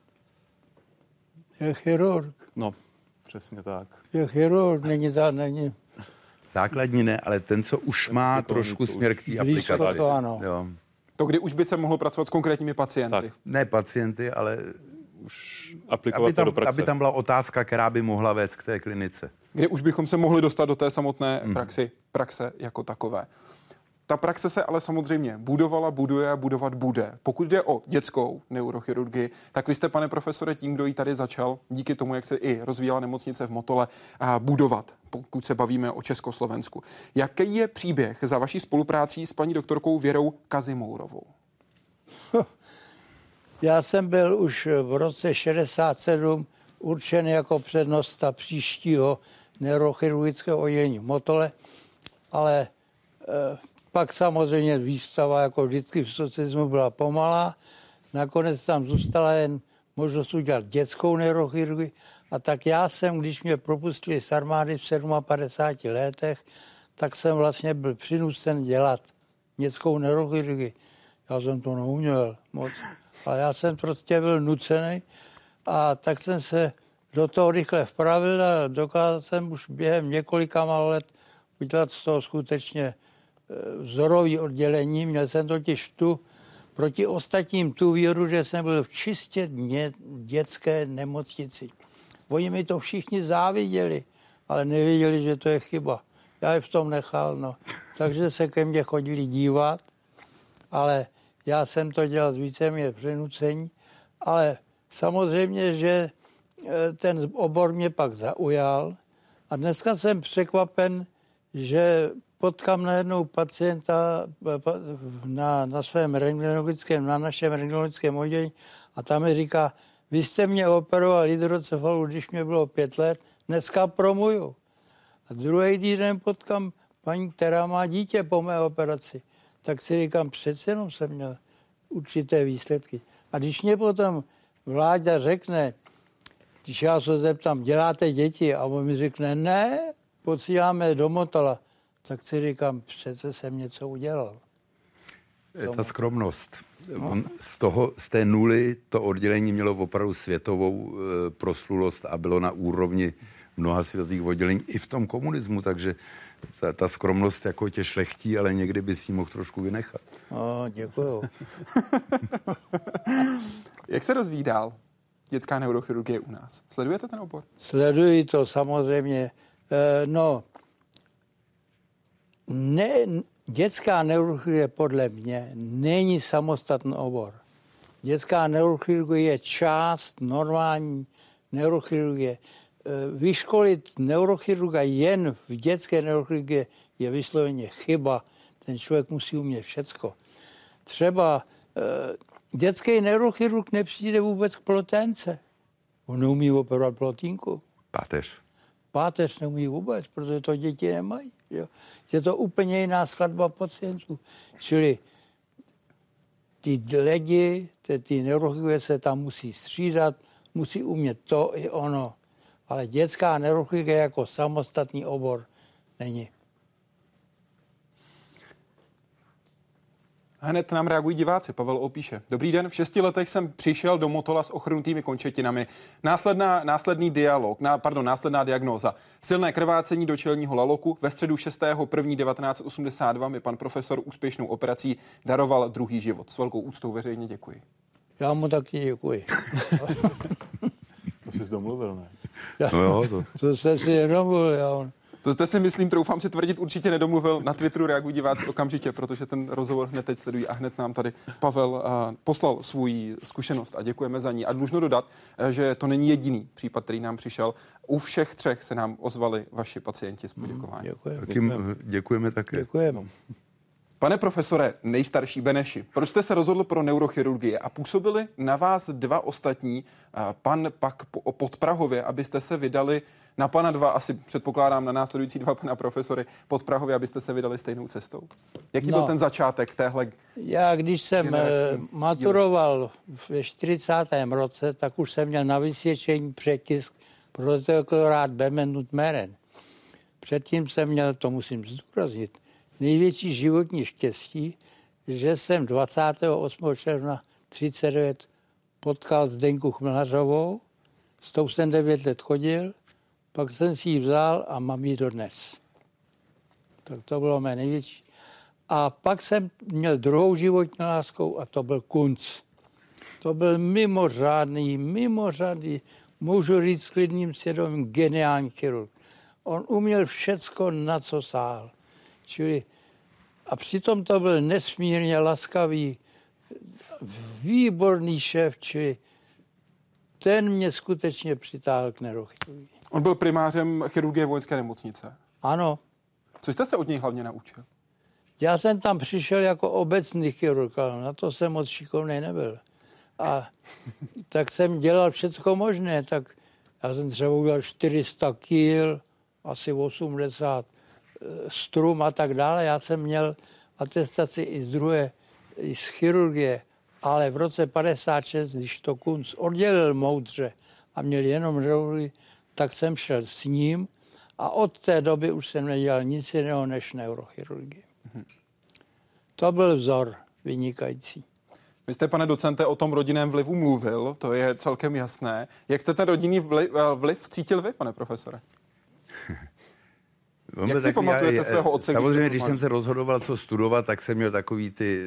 Je chirurg. No, přesně tak. Je chirurg, není. Základní ne, ale ten, co už má trošku směr k té aplikaci. To ano. Jo. To, kdy už by se mohlo pracovat s konkrétními pacienty. Tak. Ne pacienty, ale už aplikovat to do praxe. Aby tam byla otázka, která by mohla vést k té klinice. Kde už bychom se mohli dostat do té samotné praxe jako takové. Ta praxe se ale samozřejmě budovala, buduje a budovat bude. Pokud jde o dětskou neurochirurgii, tak vy jste, pane profesore, tím, kdo ji tady začal, díky tomu, jak se i rozvíjela nemocnice v Motole, budovat, pokud se bavíme o Československu. Jaký je příběh za vaší spoluprácí s paní doktorkou Věrou Kazimourovou? Já jsem byl už v roce 67 určen jako přednosta příštího neurochirurgického oddělení v Motole, ale pak samozřejmě výstava, jako vždycky v socialismu, byla pomalá. Nakonec tam zůstala jen možnost udělat dětskou neurochirurgii. A tak já jsem, když mě propustili z armády v 57 letech, tak jsem vlastně byl přinucen dělat dětskou neurochirurgii. Já jsem to neuměl moc, ale já jsem prostě byl nucený a tak jsem se do toho rychle vpravil a dokázal jsem už během několika málo let udělat z toho skutečně vzorový oddělení. Měl jsem totiž proti ostatním tu výhodu, že jsem byl v čistě dětské nemocnici. Oni mi to všichni záviděli, ale nevěděli, že to je chyba. Já je v tom nechal, no. Takže se ke mně chodili dívat, ale já jsem to dělal víceméně přinucení, ale samozřejmě, že ten obor mě pak zaujal a dneska jsem překvapen, že potkám najednou pacienta na našem rentgenologickém oddělení a tam mi říká, vy jste mě operoval hydrocefalu, když mě bylo 5 let, dneska promuju. A druhý týden potkám paní, která má dítě po mé operaci. Tak si říkám, přece jenom jsem měl určité výsledky. A když mě potom Vláďa řekne, když já se zeptám, děláte děti? A on mi řekne, ne, posíláme do Motola. Tak si říkám, přece jsem něco udělal. Ta skromnost. On z té nuly to oddělení mělo opravdu světovou proslulost a bylo na úrovni mnoha světových oddělení i v tom komunismu, takže ta skromnost jako tě šlechtí, ale někdy by si ji mohl trošku vynechat. Děkuju. Jak se rozvíjí dál dětská neurochirurgie u nás? Sledujete ten obor? Sleduji to samozřejmě. Dětská neurochirurgie podle mě není samostatný obor. Dětská neurochirurgie je část normální neurochirurgie. Vyškolit neurochirurga jen v dětské neurochirurgie je vysloveně chyba. Ten člověk musí umět všecko. Třeba dětský neurochirurg nepřijde vůbec k plotence. On neumí operovat plotínku. Páteř neumí vůbec, protože to děti nemají. Jo. Je to úplně jiná skladba pacientů. Čili ty lidi, ty neurochirurgie se tam musí střídat, musí umět to i ono. Ale dětská neurochirurgie jako samostatný obor není. Hned nám reagují diváci. Pavel opíše. Dobrý den, v 6 letech jsem přišel do Motola s ochrnutými končetinami. Následná diagnóza. Silné krvácení do čelního laloku. Ve středu 6.1.1982 mi pan profesor úspěšnou operací daroval druhý život. S velkou úctou veřejně děkuji. Já mu taky děkuji. To jsi domluvil, ne? To jste si nedomluvil. To jste si, myslím, troufám si tvrdit, určitě nedomluvil. Na Twitteru reagují diváci okamžitě, protože ten rozhovor hned teď sledují a hned nám tady Pavel poslal svou zkušenost a děkujeme za ní. A dlužno dodat, že to není jediný případ, který nám přišel. U všech 3 se nám ozvali vaši pacienti s poděkováním. Děkujeme také. Děkujeme. Pane profesore, nejstarší Beneši, proč jste se rozhodl pro neurochirurgii a působili na vás 2 ostatní, pan pak Podprahově, abyste se vydali na pana 2, asi předpokládám na následující 2 pana profesory Podprahově, abyste se vydali stejnou cestou? Jaký byl ten začátek téhle? Já když jsem maturoval ve 40. roce, tak už jsem měl na vysvědčení přetisk protektorát Bemenut Meren. Předtím jsem měl, to musím zdůraznit, největší životní štěstí, že jsem 28. června 1939 potkal Zdenku Chmelařovou, s tou jsem 9 let chodil, pak jsem si ji vzal a mám ji dodnes. Tak to bylo mé největší. A pak jsem měl druhou životní láskou a to byl Kunc. To byl mimořádný, můžu říct s klidným svědomím, geniální chirurg. On uměl všecko, na co sál. A přitom to byl nesmírně laskavý, výborný šéf, čili ten mě skutečně přitáhl k neurochirurgii. On byl primářem chirurgie vojenské nemocnice. Ano. Co jste se od něj hlavně naučil? Já jsem tam přišel jako obecný chirurg, ale na to jsem moc šikovný nebyl. A tak jsem dělal všecko možné, tak já jsem třeba udělal 400 kýl, asi 80 strum a tak dále. Já jsem měl atestaci i z chirurgie, ale v roce 56, když to Kunc oddělil moudře a měl jenom neurochirurgii, tak jsem šel s ním a od té doby už jsem nedělal nic jiného než neurochirurgii. To byl vzor vynikající. Vy jste, pane docente, o tom rodinném vlivu mluvil, to je celkem jasné. Jak jste ten rodinný vliv cítil vy, pane profesore? Jak si pamatujete svého otce? Samozřejmě, když jsem se rozhodoval, co studovat, tak jsem měl takový ty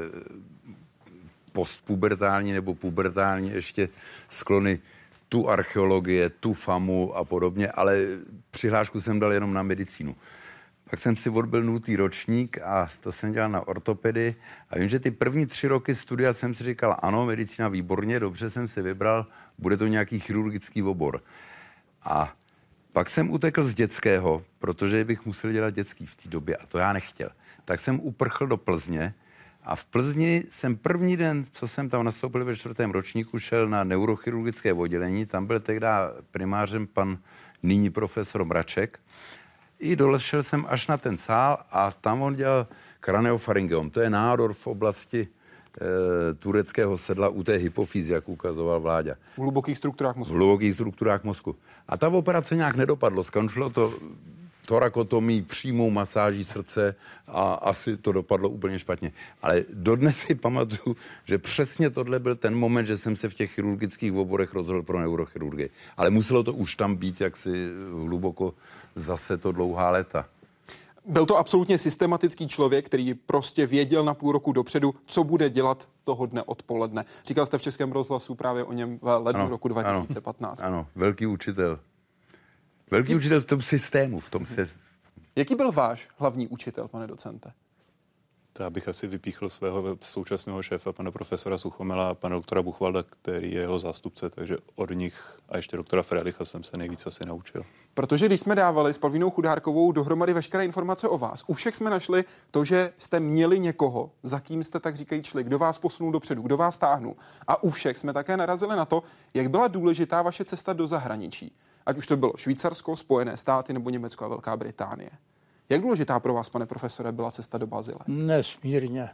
postpubertální nebo pubertální ještě sklony tu archeologie, tu FAMu a podobně, ale přihlášku jsem dal jenom na medicínu. Pak jsem si odbyl 0. ročník a to jsem dělal na ortopedii a vím, že ty první 3 roky studia jsem si říkal, ano, medicína výborně, dobře jsem si vybral, bude to nějaký chirurgický obor. A pak jsem utekl z dětského, protože bych musel dělat dětský v té době a to já nechtěl. Tak jsem uprchl do Plzně a v Plzni jsem první den, co jsem tam nastoupil ve 4. ročníku, šel na neurochirurgické oddělení, tam byl tehdy primářem pan nyní profesor Mraček. I dolešel jsem až na ten sál a tam on dělal kraneofaryngeum. To je nádor v oblasti tureckého sedla u té hypofýzy, jak ukazoval Vláďa. V hlubokých strukturách mozku. V hlubokých strukturách mozku. A ta operace nějak nedopadlo. Skončilo to torakotomí, přímou masáží srdce a asi to dopadlo úplně špatně. Ale dodnes si pamatuju, že přesně tohle byl ten moment, že jsem se v těch chirurgických oborech rozhodl pro neurochirurgii. Ale muselo to už tam být jaksi hluboko zase to dlouhá léta. Byl to absolutně systematický člověk, který prostě věděl na půl roku dopředu, co bude dělat toho dne odpoledne. Říkal jste v Českém rozhlasu právě o něm v lednu roku 2015. Ano, velký učitel. Velký učitel v tom systému, Jaký byl váš hlavní učitel, pane docente? To já bych asi vypíchl svého současného šéfa, pana profesora Suchomela a pana doktora Buchwalda, který je jeho zástupce, takže od nich a ještě doktora Frelicha jsem se nejvíc asi naučil. Protože když jsme dávali s Pavlínou Chudárkovou dohromady veškeré informace o vás, u všech jsme našli to, že jste měli někoho, za kým jste tak říkají šli, kdo vás posunul dopředu, kdo vás táhnul. A u všech jsme také narazili na to, jak byla důležitá vaše cesta do zahraničí. Ať už to bylo Švýcarsko, Spojené státy nebo Německo a Velká Británie. Jak důležitá pro vás, pane profesore, byla cesta do Bazile? Nesmírně.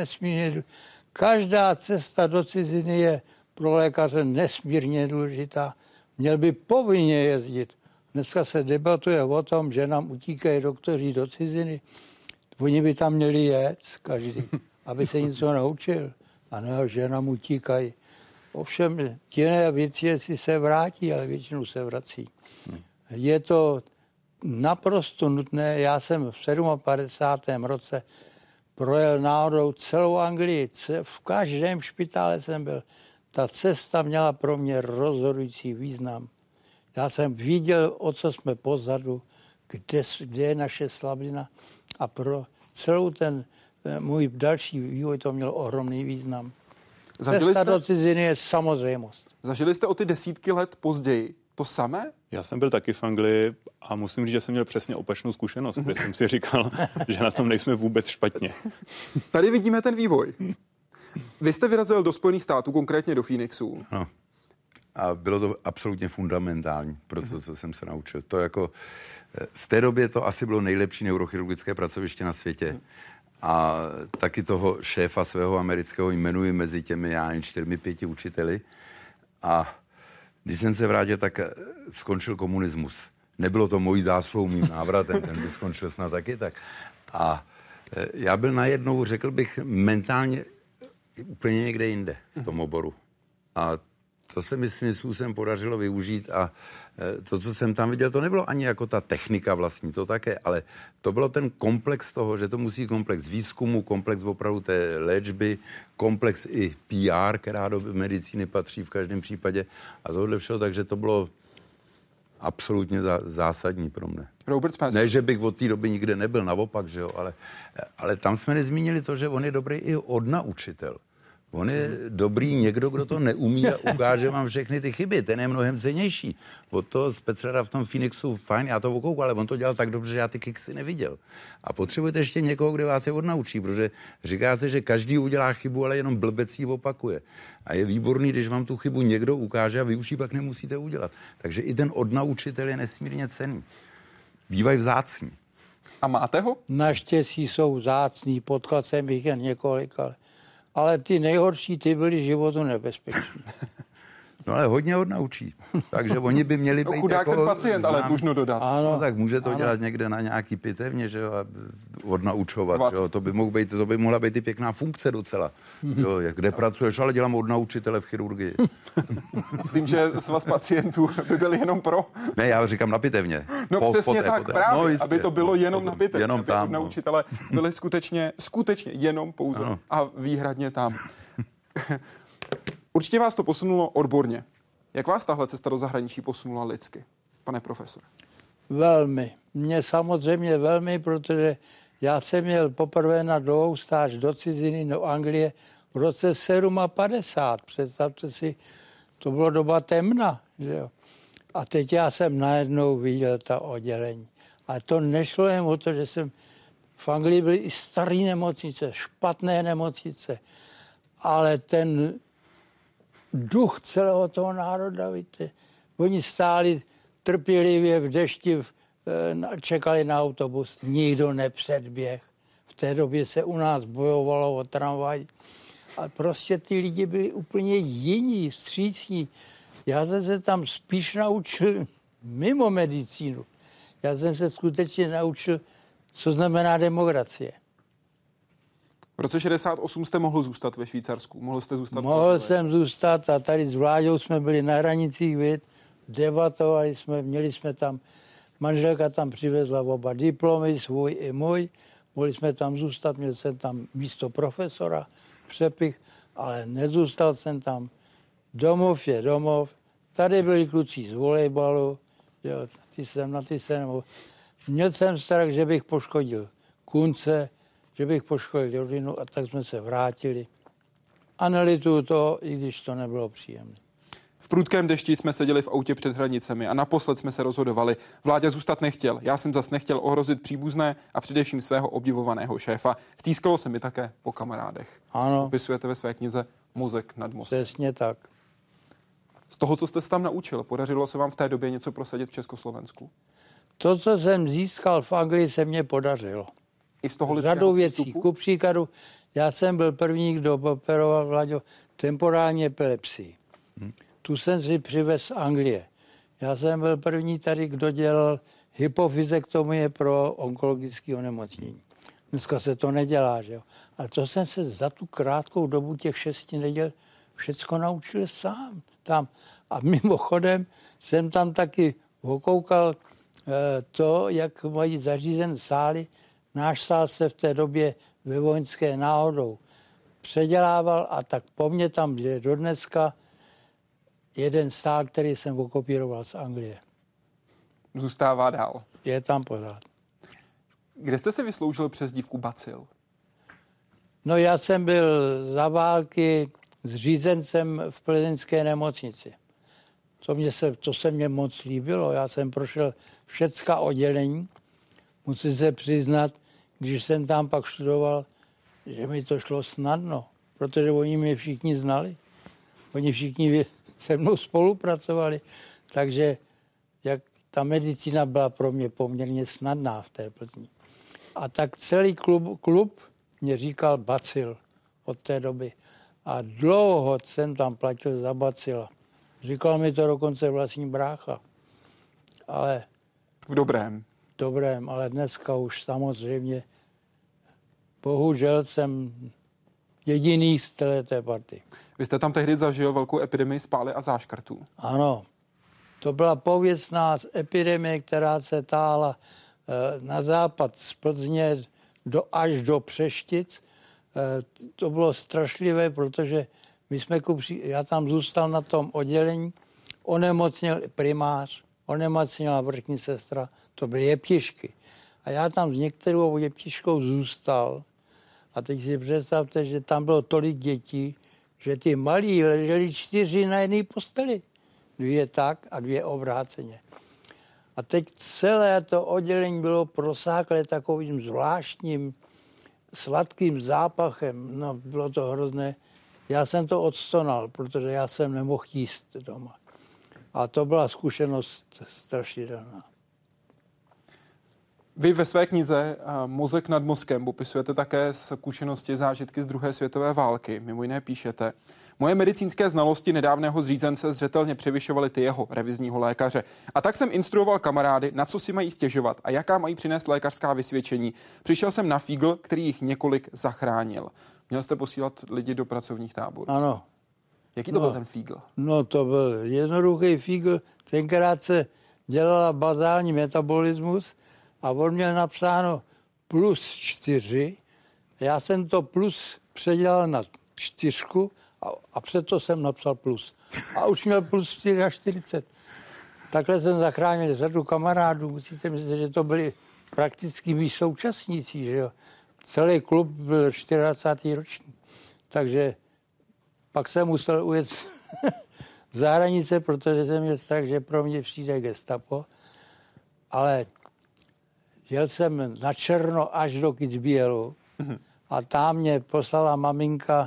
Každá cesta do ciziny je pro lékaře nesmírně důležitá. Měl by povinně jezdit. Dneska se debatuje o tom, že nám utíkají doktoři do ciziny. Oni by tam měli jet, každý, aby se něco naučil. A ne, že nám utíkají. Ovšem, jiné věci, jestli se vrátí, ale většinou se vrací. Je to naprosto nutné. Já jsem v 57. roce projel náhodou celou Anglii. V každém špitále jsem byl. Ta cesta měla pro mě rozhodující význam. Já jsem viděl, o co jsme pozadu, kde je naše slabina a pro ten můj další vývoj to mělo ohromný význam. Cesta do ciziny je samozřejmost. Zažili jste o ty desítky let později to samé? Já jsem byl taky v Anglii a musím říct, že jsem měl přesně opačnou zkušenost, protože jsem si říkal, že na tom nejsme vůbec špatně. Tady vidíme ten vývoj. Vy jste vyrazil do Spojených států, konkrétně do Phoenixu. No. A bylo to absolutně fundamentální pro to, co jsem se naučil. To jako, v té době to asi bylo nejlepší neurochirurgické pracoviště na světě. A taky toho šéfa svého amerického jmenuji mezi těmi 4-5 učiteli. A když jsem se vrátil, tak skončil komunismus. Nebylo to mojí zásluhou, mým návratem, ten by skončil snad taky tak. A já byl najednou, řekl bych, mentálně úplně někde jinde v tom oboru. A to se mi svým způsobem podařilo využít a to, co jsem tam viděl, to nebylo ani jako ta technika vlastní, to také, ale to bylo ten komplex toho, že to musí komplex výzkumu, komplex opravdu té léčby, komplex i PR, která do medicíny patří v každém případě a tohle všeho, takže to bylo absolutně zásadní pro mě. Robert Spencer. Ne, že bych od té doby nikde nebyl, naopak, že jo, ale tam jsme nezmínili to, že on je dobrý i odnaučitel. On je dobrý někdo, kdo to neumí a ukáže vám všechny ty chyby. Ten je mnohem cennější. Od toho Specrada v tom Phoenixu, fajn, já to okoukal, ale on to dělal tak dobře, že já ty kiksy neviděl. A potřebujete ještě někoho, kde vás je odnaučí, protože říká se, že každý udělá chybu, ale jenom blbec ji opakuje. A je výborný, když vám tu chybu někdo ukáže a vy už ji pak nemusíte udělat. Takže i ten odnaučitel je nesmírně cenný. Bývají vzácní. A máte ho? Naštěstí jsou vzácný, potkal jsem jich jen několik, ale ty nejhorší, ty byly životu nebezpečný. No ale hodně odnaučí. Takže oni by měli být chudák jako ten pacient, ale dlužno dodat. Ano. No tak může to dělat někde na nějaký pitevně, že jo, a odnaučovat, jo. To by mohla být i pěkná funkce docela. Jo, kde pracuješ, ale dělám odnaučitele v chirurgii. Myslím, že svaz pacientů by byl jenom pro. Ne, já říkám na pitevně. No přesně tak, právě, no, jistě, aby to bylo jenom na pitevně. Jenom aby tam, odnaučitele byli skutečně jenom pouze a výhradně tam. Určitě vás to posunulo odborně. Jak vás tahle cesta do zahraničí posunula lidsky, pane profesore? Velmi. Mě samozřejmě velmi, protože já jsem měl poprvé na dlouhou stáž do ciziny, do Anglie v roce 57. Představte si, to bylo doba temna, že jo. A teď já jsem najednou viděl ta oddělení. A to nešlo jen o to, že jsem v Anglii byly i staré nemocnice, špatné nemocnice, ale ten duch celého toho národa, víte. Oni stáli trpělivě v dešti, čekali na autobus, nikdo nepředběh. V té době se u nás bojovalo o tramvaj. A prostě ty lidi byli úplně jiní, vstřícní. Já jsem se tam spíš naučil mimo medicínu. Já jsem se skutečně naučil, co znamená demokracie. V roce 68 jste mohl zůstat ve Švýcarsku. Mohl jsem zůstat a tady s Vláďou jsme byli na hranicích, debatovali jsme, měli jsme tam, manželka tam přivezla oba diplomy, svůj i můj, mohli jsme tam zůstat, měl jsem tam místo profesora, přepich, ale nezůstal jsem tam. Domov je domov, tady byli kluci z volejbalu, jo, ty jsem. Měl jsem strach, že bych poškodil Kunce, že bych poškodil rodinu a tak jsme se vrátili. A nelituju to, i když to nebylo příjemné. V prudkém dešti jsme seděli v autě před hranicemi a naposled jsme se rozhodovali. Vláďa zůstat nechtěl. Já jsem zas nechtěl ohrozit příbuzné a především svého obdivovaného šéfa. Stýskalo se mi také po kamarádech. Ano. Opisujete ve své knize Mozek nad mostem. Přesně tak. Z toho, co jste se tam naučil, podařilo se vám v té době něco prosadit v Československu? To, co jsem získal v Anglii, se mně podařilo. I z toho řadou věcí. Ku příkladu, já jsem byl první, kdo operoval, Vlaďo, temporální epilepsii. Tu jsem si přivez z Anglie. Já jsem byl první tady, kdo dělal hypofyzektomie pro onkologické onemocnění. Dneska se to nedělá, že jo. Ale to jsem se za tu krátkou dobu těch 6 neděl všecko naučil sám tam. A mimochodem jsem tam taky okoukal to, jak mají zařízen sály. Náš sál se v té době ve vojenské náhodou předělával a tak po mně tam je dodneska jeden sál, který jsem okopíroval z Anglie. Zůstává dál. Je tam pořád. Kde jste se vysloužil přezdívku Bacil? No já jsem byl za války zřízencem v plzeňské nemocnici. To se mně moc líbilo. Já jsem prošel všecká oddělení. Musím se přiznat, když jsem tam pak studoval, že mi to šlo snadno, protože oni mě všichni znali. Oni všichni se mnou spolupracovali. Takže jak ta medicína byla pro mě poměrně snadná v té Plzni. A tak celý klub mě říkal Bacil od té doby. A dlouho jsem tam platil za Bacila. Říkal mi to dokonce vlastní brácha. Ale v dobrém. Ale dneska už samozřejmě bohužel jsem Jediný z té party. Vy jste tam tehdy zažil velkou epidemii spály a záškrtů. Ano. To byla pověstná epidemie, která se táhla na západ z Plzně až do Přeštic. To bylo strašlivé, protože já tam zůstal na tom oddělení, onemocněl primář, onemocněla vrchní sestra, to byly jeptišky. A já tam s některou jeptiškou zůstal. A teď si představte, že tam bylo tolik dětí, že ty malí leželi 4 na jedné posteli. 2 tak a 2 obráceně. A teď celé to oddělení bylo prosáklé takovým zvláštním sladkým zápachem. No, bylo to hrozné. Já jsem to odstonal, protože já jsem nemohl jíst doma. A to byla zkušenost strašidelná. Vy ve své knize Mozek nad mozkem popisujete také zkušenosti zážitky z druhé světové války. Mimo jiné píšete: moje medicínské znalosti nedávného zřízence zřetelně převyšovaly ty jeho, revizního lékaře. A tak jsem instruoval kamarády, na co si mají stěžovat a jaká mají přinést lékařská vysvědčení. Přišel jsem na fígl, který jich několik zachránil. Měl jste posílat lidi do pracovních táborů. Ano. Jaký to byl ten fígl? No to byl jednoduchý fígl. Tenkrát se dělala bazální metabolismus a on měl napsáno +4. Já jsem to plus předělal na 4 a přesto jsem napsal plus. A už měl +44. Takhle jsem zachránil řadu kamarádů. Musíte myslet, že to byli prakticky mý současníci, že jo. Celý klub byl 24. ročník. Takže pak jsem musel ujet za hranice, protože jsem měl strach, že pro mě přijde gestapo. Ale jel jsem na černo až do Kitzbühelu a tam mě poslala maminka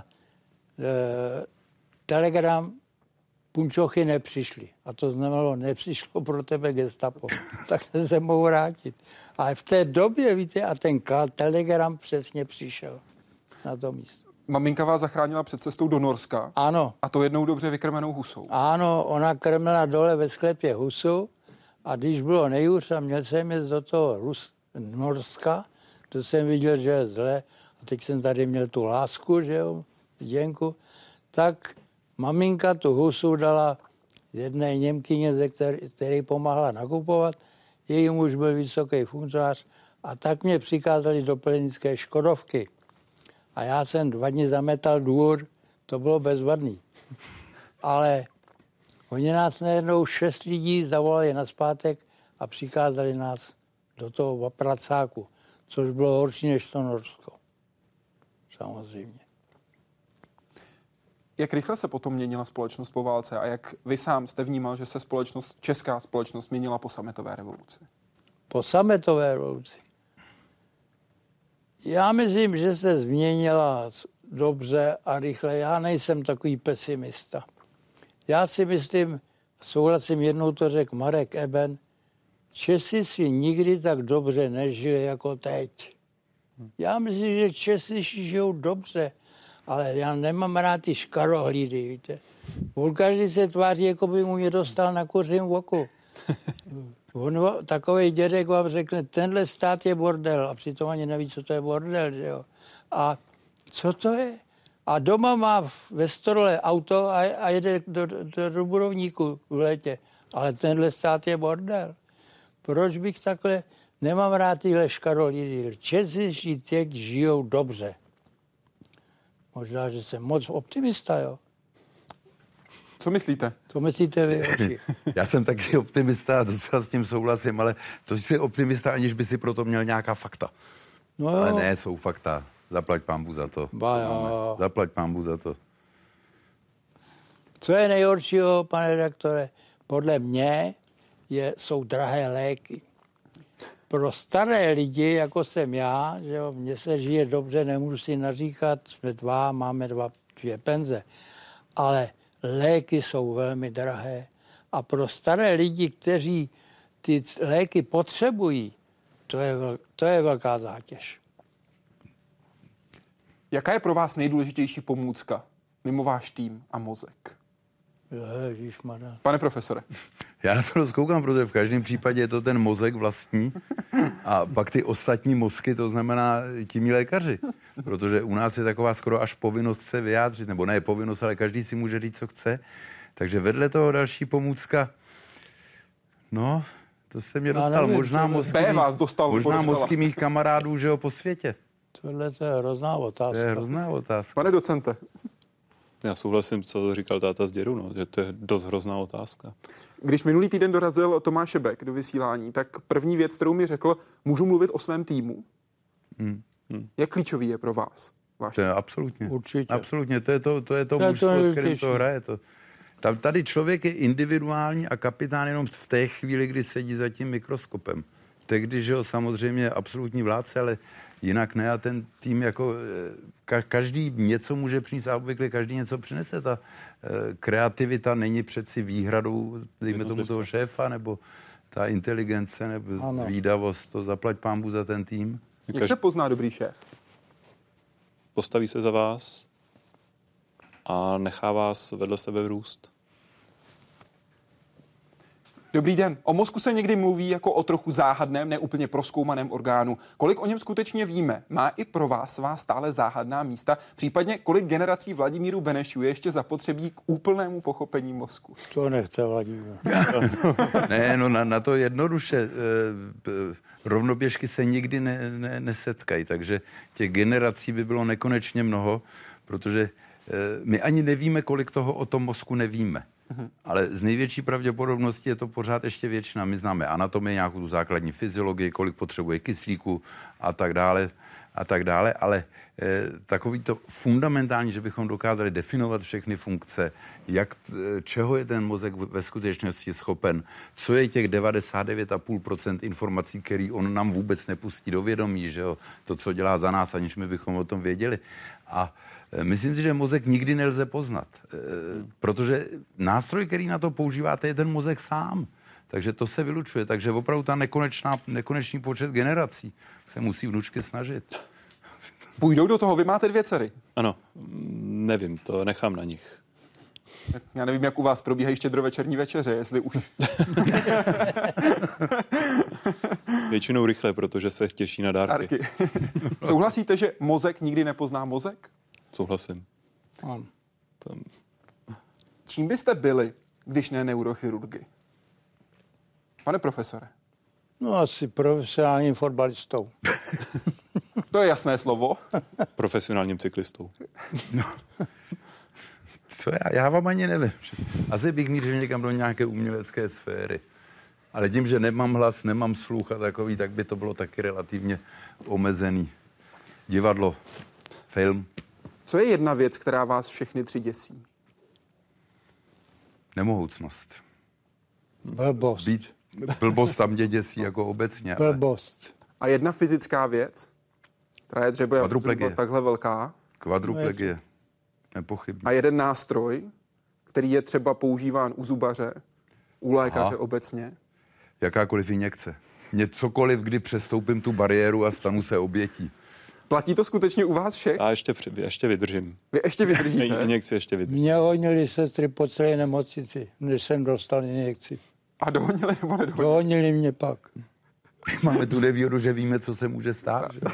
telegram, punčochy nepřišly. A to znamenalo, nepřišlo pro tebe gestapo. Tak se mohl vrátit. Ale v té době, víte, a ten telegram přesně přišel na to místo. Maminka vás zachránila před cestou do Norska. Ano. A to jednou dobře vykrmenou husou. Ano, ona krmila dole ve sklepě husu a když bylo nejhůř a měl jsem jít do toho Norska, to jsem viděl, že je zle a teď jsem tady měl tu lásku, že jo, děnku, tak maminka tu husu dala jedné Němkyně, který pomáhala nakupovat. Její muž byl vysoký funkcionář a tak mě přikázali do plzeňské Škodovky. A já jsem 2 dny zametal dvůr, to bylo bezvadný. Ale oni nás najednou 6 lidí zavolali nazpátek a přikázali nás do toho pracáku, což bylo horší než to Norsko. Samozřejmě. Jak rychle se potom měnila společnost po válce a jak vy sám jste vnímal, že se česká společnost měnila po sametové revoluci? Po sametové revoluci? Já myslím, že se změnila dobře a rychle. Já nejsem takový pesimista. Já si myslím, souhlasím, jednou to řekl Marek Eben, Česi si nikdy tak dobře nežili jako teď. Já myslím, že Česi žijou dobře, ale já nemám rád ty škarohlídy, víte. On každý se tváří, jako by mu mě dostal na kuřím oku. On, takovej dědek vám řekne, tenhle stát je bordel a přitom ani neví, co to je bordel, že jo. A co to je? A doma má ve stole auto a jede do Dubrovníku v létě. Ale tenhle stát je bordel. Proč bych takhle... Nemám rád tyhle škarohlídy. Česi teď žijou dobře. Možná, že jsem moc optimista, jo. Co myslíte? Co myslíte vy, oči? Já jsem taky optimista a docela s tím souhlasím, ale to jsi optimista, aniž by si proto měl nějaká fakta. No ale ne, jsou fakta. Zaplať pánbu za to. Zaplať pánbu za to. Co je nejhoršího, pane redaktore? Podle mě jsou drahé léky. Pro staré lidi, jako jsem já, že jo, mně se žije dobře, nemůžu si naříkat, máme dvě penze, ale léky jsou velmi drahé a pro staré lidi, kteří ty léky potřebují, to je velká zátěž. Jaká je pro vás nejdůležitější pomůcka mimo váš tým a mozek? Ježišmarja. Pane profesore. Já na to rozkoukám, protože v každém případě je to ten mozek vlastní a pak ty ostatní mozky, to znamená ti lékaři. protože u nás je taková skoro až povinnost se vyjádřit, nebo ne povinnost, ale každý si může říct, co chce. Takže vedle toho další pomůcka, no, to jste mě dostal, možná mozky mých kamarádů, že jo, po světě. Tohle to je hrozná otázka. To je hrozná otázka. Pane docente. Já souhlasím, co říkal táta z děru, no, že to je dost hrozná otázka. Když minulý týden dorazil Tomáš Šebek do vysílání, tak první věc, kterou mi řekl, můžu mluvit o svém týmu. Jak klíčový je pro vás? To je absolutně. Určitě. Absolutně, to je to mužstvo, s kterým to hraje. Tady člověk je individuální a kapitán jenom v té chvíli, kdy sedí za tím mikroskopem. Tehdy, že jo, samozřejmě absolutní vládce, ale jinak ne a ten tým jako každý něco může přinést a obvykle každý něco přinese. Ta kreativita není přeci výhradou, dejme tomu toho šéfa, nebo ta inteligence, nebo výdavost, to zaplať pánbůh za ten tým. Jak se pozná dobrý šéf? Postaví se za vás a nechá vás vedle sebe růst. Dobrý den. O mozku se někdy mluví jako o trochu záhadném, neúplně prozkoumaném orgánu. Kolik o něm skutečně víme? Má i pro vás svá stále záhadná místa? Případně kolik generací Vladimíru Benešů je ještě zapotřebí k úplnému pochopení mozku? To nechce Vladimír. Ne, no na to jednoduše. Rovnoběžky se nikdy nesetkají, takže těch generací by bylo nekonečně mnoho, protože my ani nevíme, kolik toho o tom mozku nevíme. Ale z největší pravděpodobností je to pořád ještě většina. My známe anatomii, nějakou tu základní fyziologii, kolik potřebuje kyslíku a tak dále, ale takový to fundamentální, že bychom dokázali definovat všechny funkce, čeho je ten mozek ve skutečnosti schopen, co je těch 99,5% informací, který on nám vůbec nepustí do vědomí, že jo? To, co dělá za nás, aniž my bychom o tom věděli. A myslím si, že mozek nikdy nelze poznat, protože nástroj, který na to používáte, je ten mozek sám. Takže to se vylučuje. Takže opravdu ta nekonečný počet generací se musí vnučky snažit. Půjdou do toho, vy máte 2 dcery. Ano, nevím, to nechám na nich. Já nevím, jak u vás probíhají štědrovečerní večeře, jestli už... Většinou rychle, protože se těší na dárky. Souhlasíte, že mozek nikdy nepozná mozek? Souhlasím. Čím byste byli, když ne neurochirurgy? Pane profesore. No asi profesionálním fotbalistou. To je jasné slovo. Profesionálním cyklistou. No. Co já vám ani nevím. Asi bych mířil někam do nějaké umělecké sféry. Ale tím, že nemám hlas, nemám sluch a takový, tak by to bylo taky relativně omezený. Divadlo, film. Co je jedna věc, která vás všechny 3 děsí? Nemohoucnost. Blbost. Blbost tam mě děsí jako obecně. Blbost. A jedna fyzická věc, která je třeba takhle velká. Kvadruplegie. Nepochybně. A jeden nástroj, který je třeba používán u zubaře, u lékaře obecně. Jakákoliv injekce. Cokoliv, kdy přestoupím tu bariéru a stanu se obětí. Platí to skutečně u vás všech? A ještě vydržím. Vy ještě vydržíte? Injekci ještě vydržím. Mě honili sestry po celé nemocnici, než jsem dostal injekci. A dohonili nebo nedohonili? Dohonili mě pak. Máme tu nevýhodu, že víme, co se může stát. Že?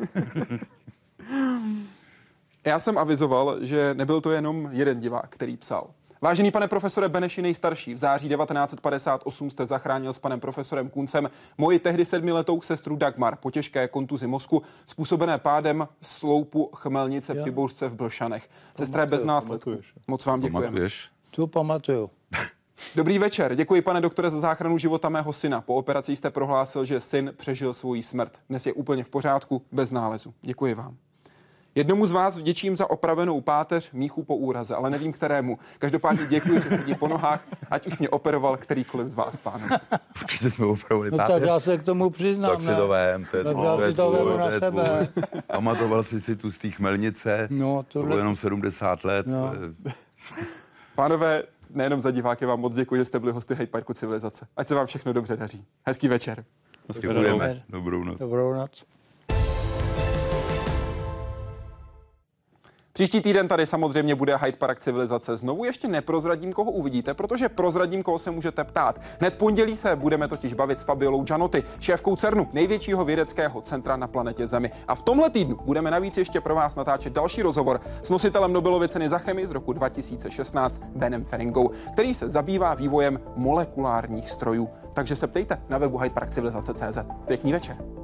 Já jsem avizoval, že nebyl to jenom jeden divák, který psal. Vážený pane profesore Beneši nejstarší, v září 1958 jste zachránil s panem profesorem Kuncem moji tehdy 7letou sestru Dagmar po těžké kontuzi mozku způsobené pádem sloupu Chmelnice při bouřce v Blšanech. Sestra je bez následků. Moc vám děkujeme. Pamatuješ? Tu pamatuju. Dobrý večer. Děkuji, pane doktore, za záchranu života mého syna. Po operaci jste prohlásil, že syn přežil svoji smrt. Dnes je úplně v pořádku, bez nálezu. Děkuji vám. Jednomu z vás vděčím za opravenou páteř míchu po úraze, ale nevím kterému. Každopádně děkuji, že chodí po nohách, ať už mě operoval kterýkoliv z vás, pánové. Určitě jsme opravili No páteř. tak já se k tomu přiznám, tak si to vem, to je tvůj. Pamatoval jsi si tu z té Chmelnice, no, to bylo jenom 70 let. No. Pánové, nejenom za diváky vám moc děkuji, že jste byli hosty Hate Parku Civilizace. Ať se vám všechno dobře daří. Hezký večer. Děkujeme. Dobrou noc. Dobrou noc. Příští týden tady samozřejmě bude Hyde Park civilizace. Znovu ještě neprozradím, koho uvidíte, protože prozradím, koho se můžete ptát. Hned pondělí se budeme totiž bavit s Fabiolou Gianotti, šéfkou CERNu, největšího vědeckého centra na planetě Zemi. A v tomhle týdnu budeme navíc ještě pro vás natáčet další rozhovor s nositelem Nobelovy ceny za chemii z roku 2016 Benem Feringou, který se zabývá vývojem molekulárních strojů. Takže se ptejte na webu hydeparkcivilizace.cz. Pěkný večer.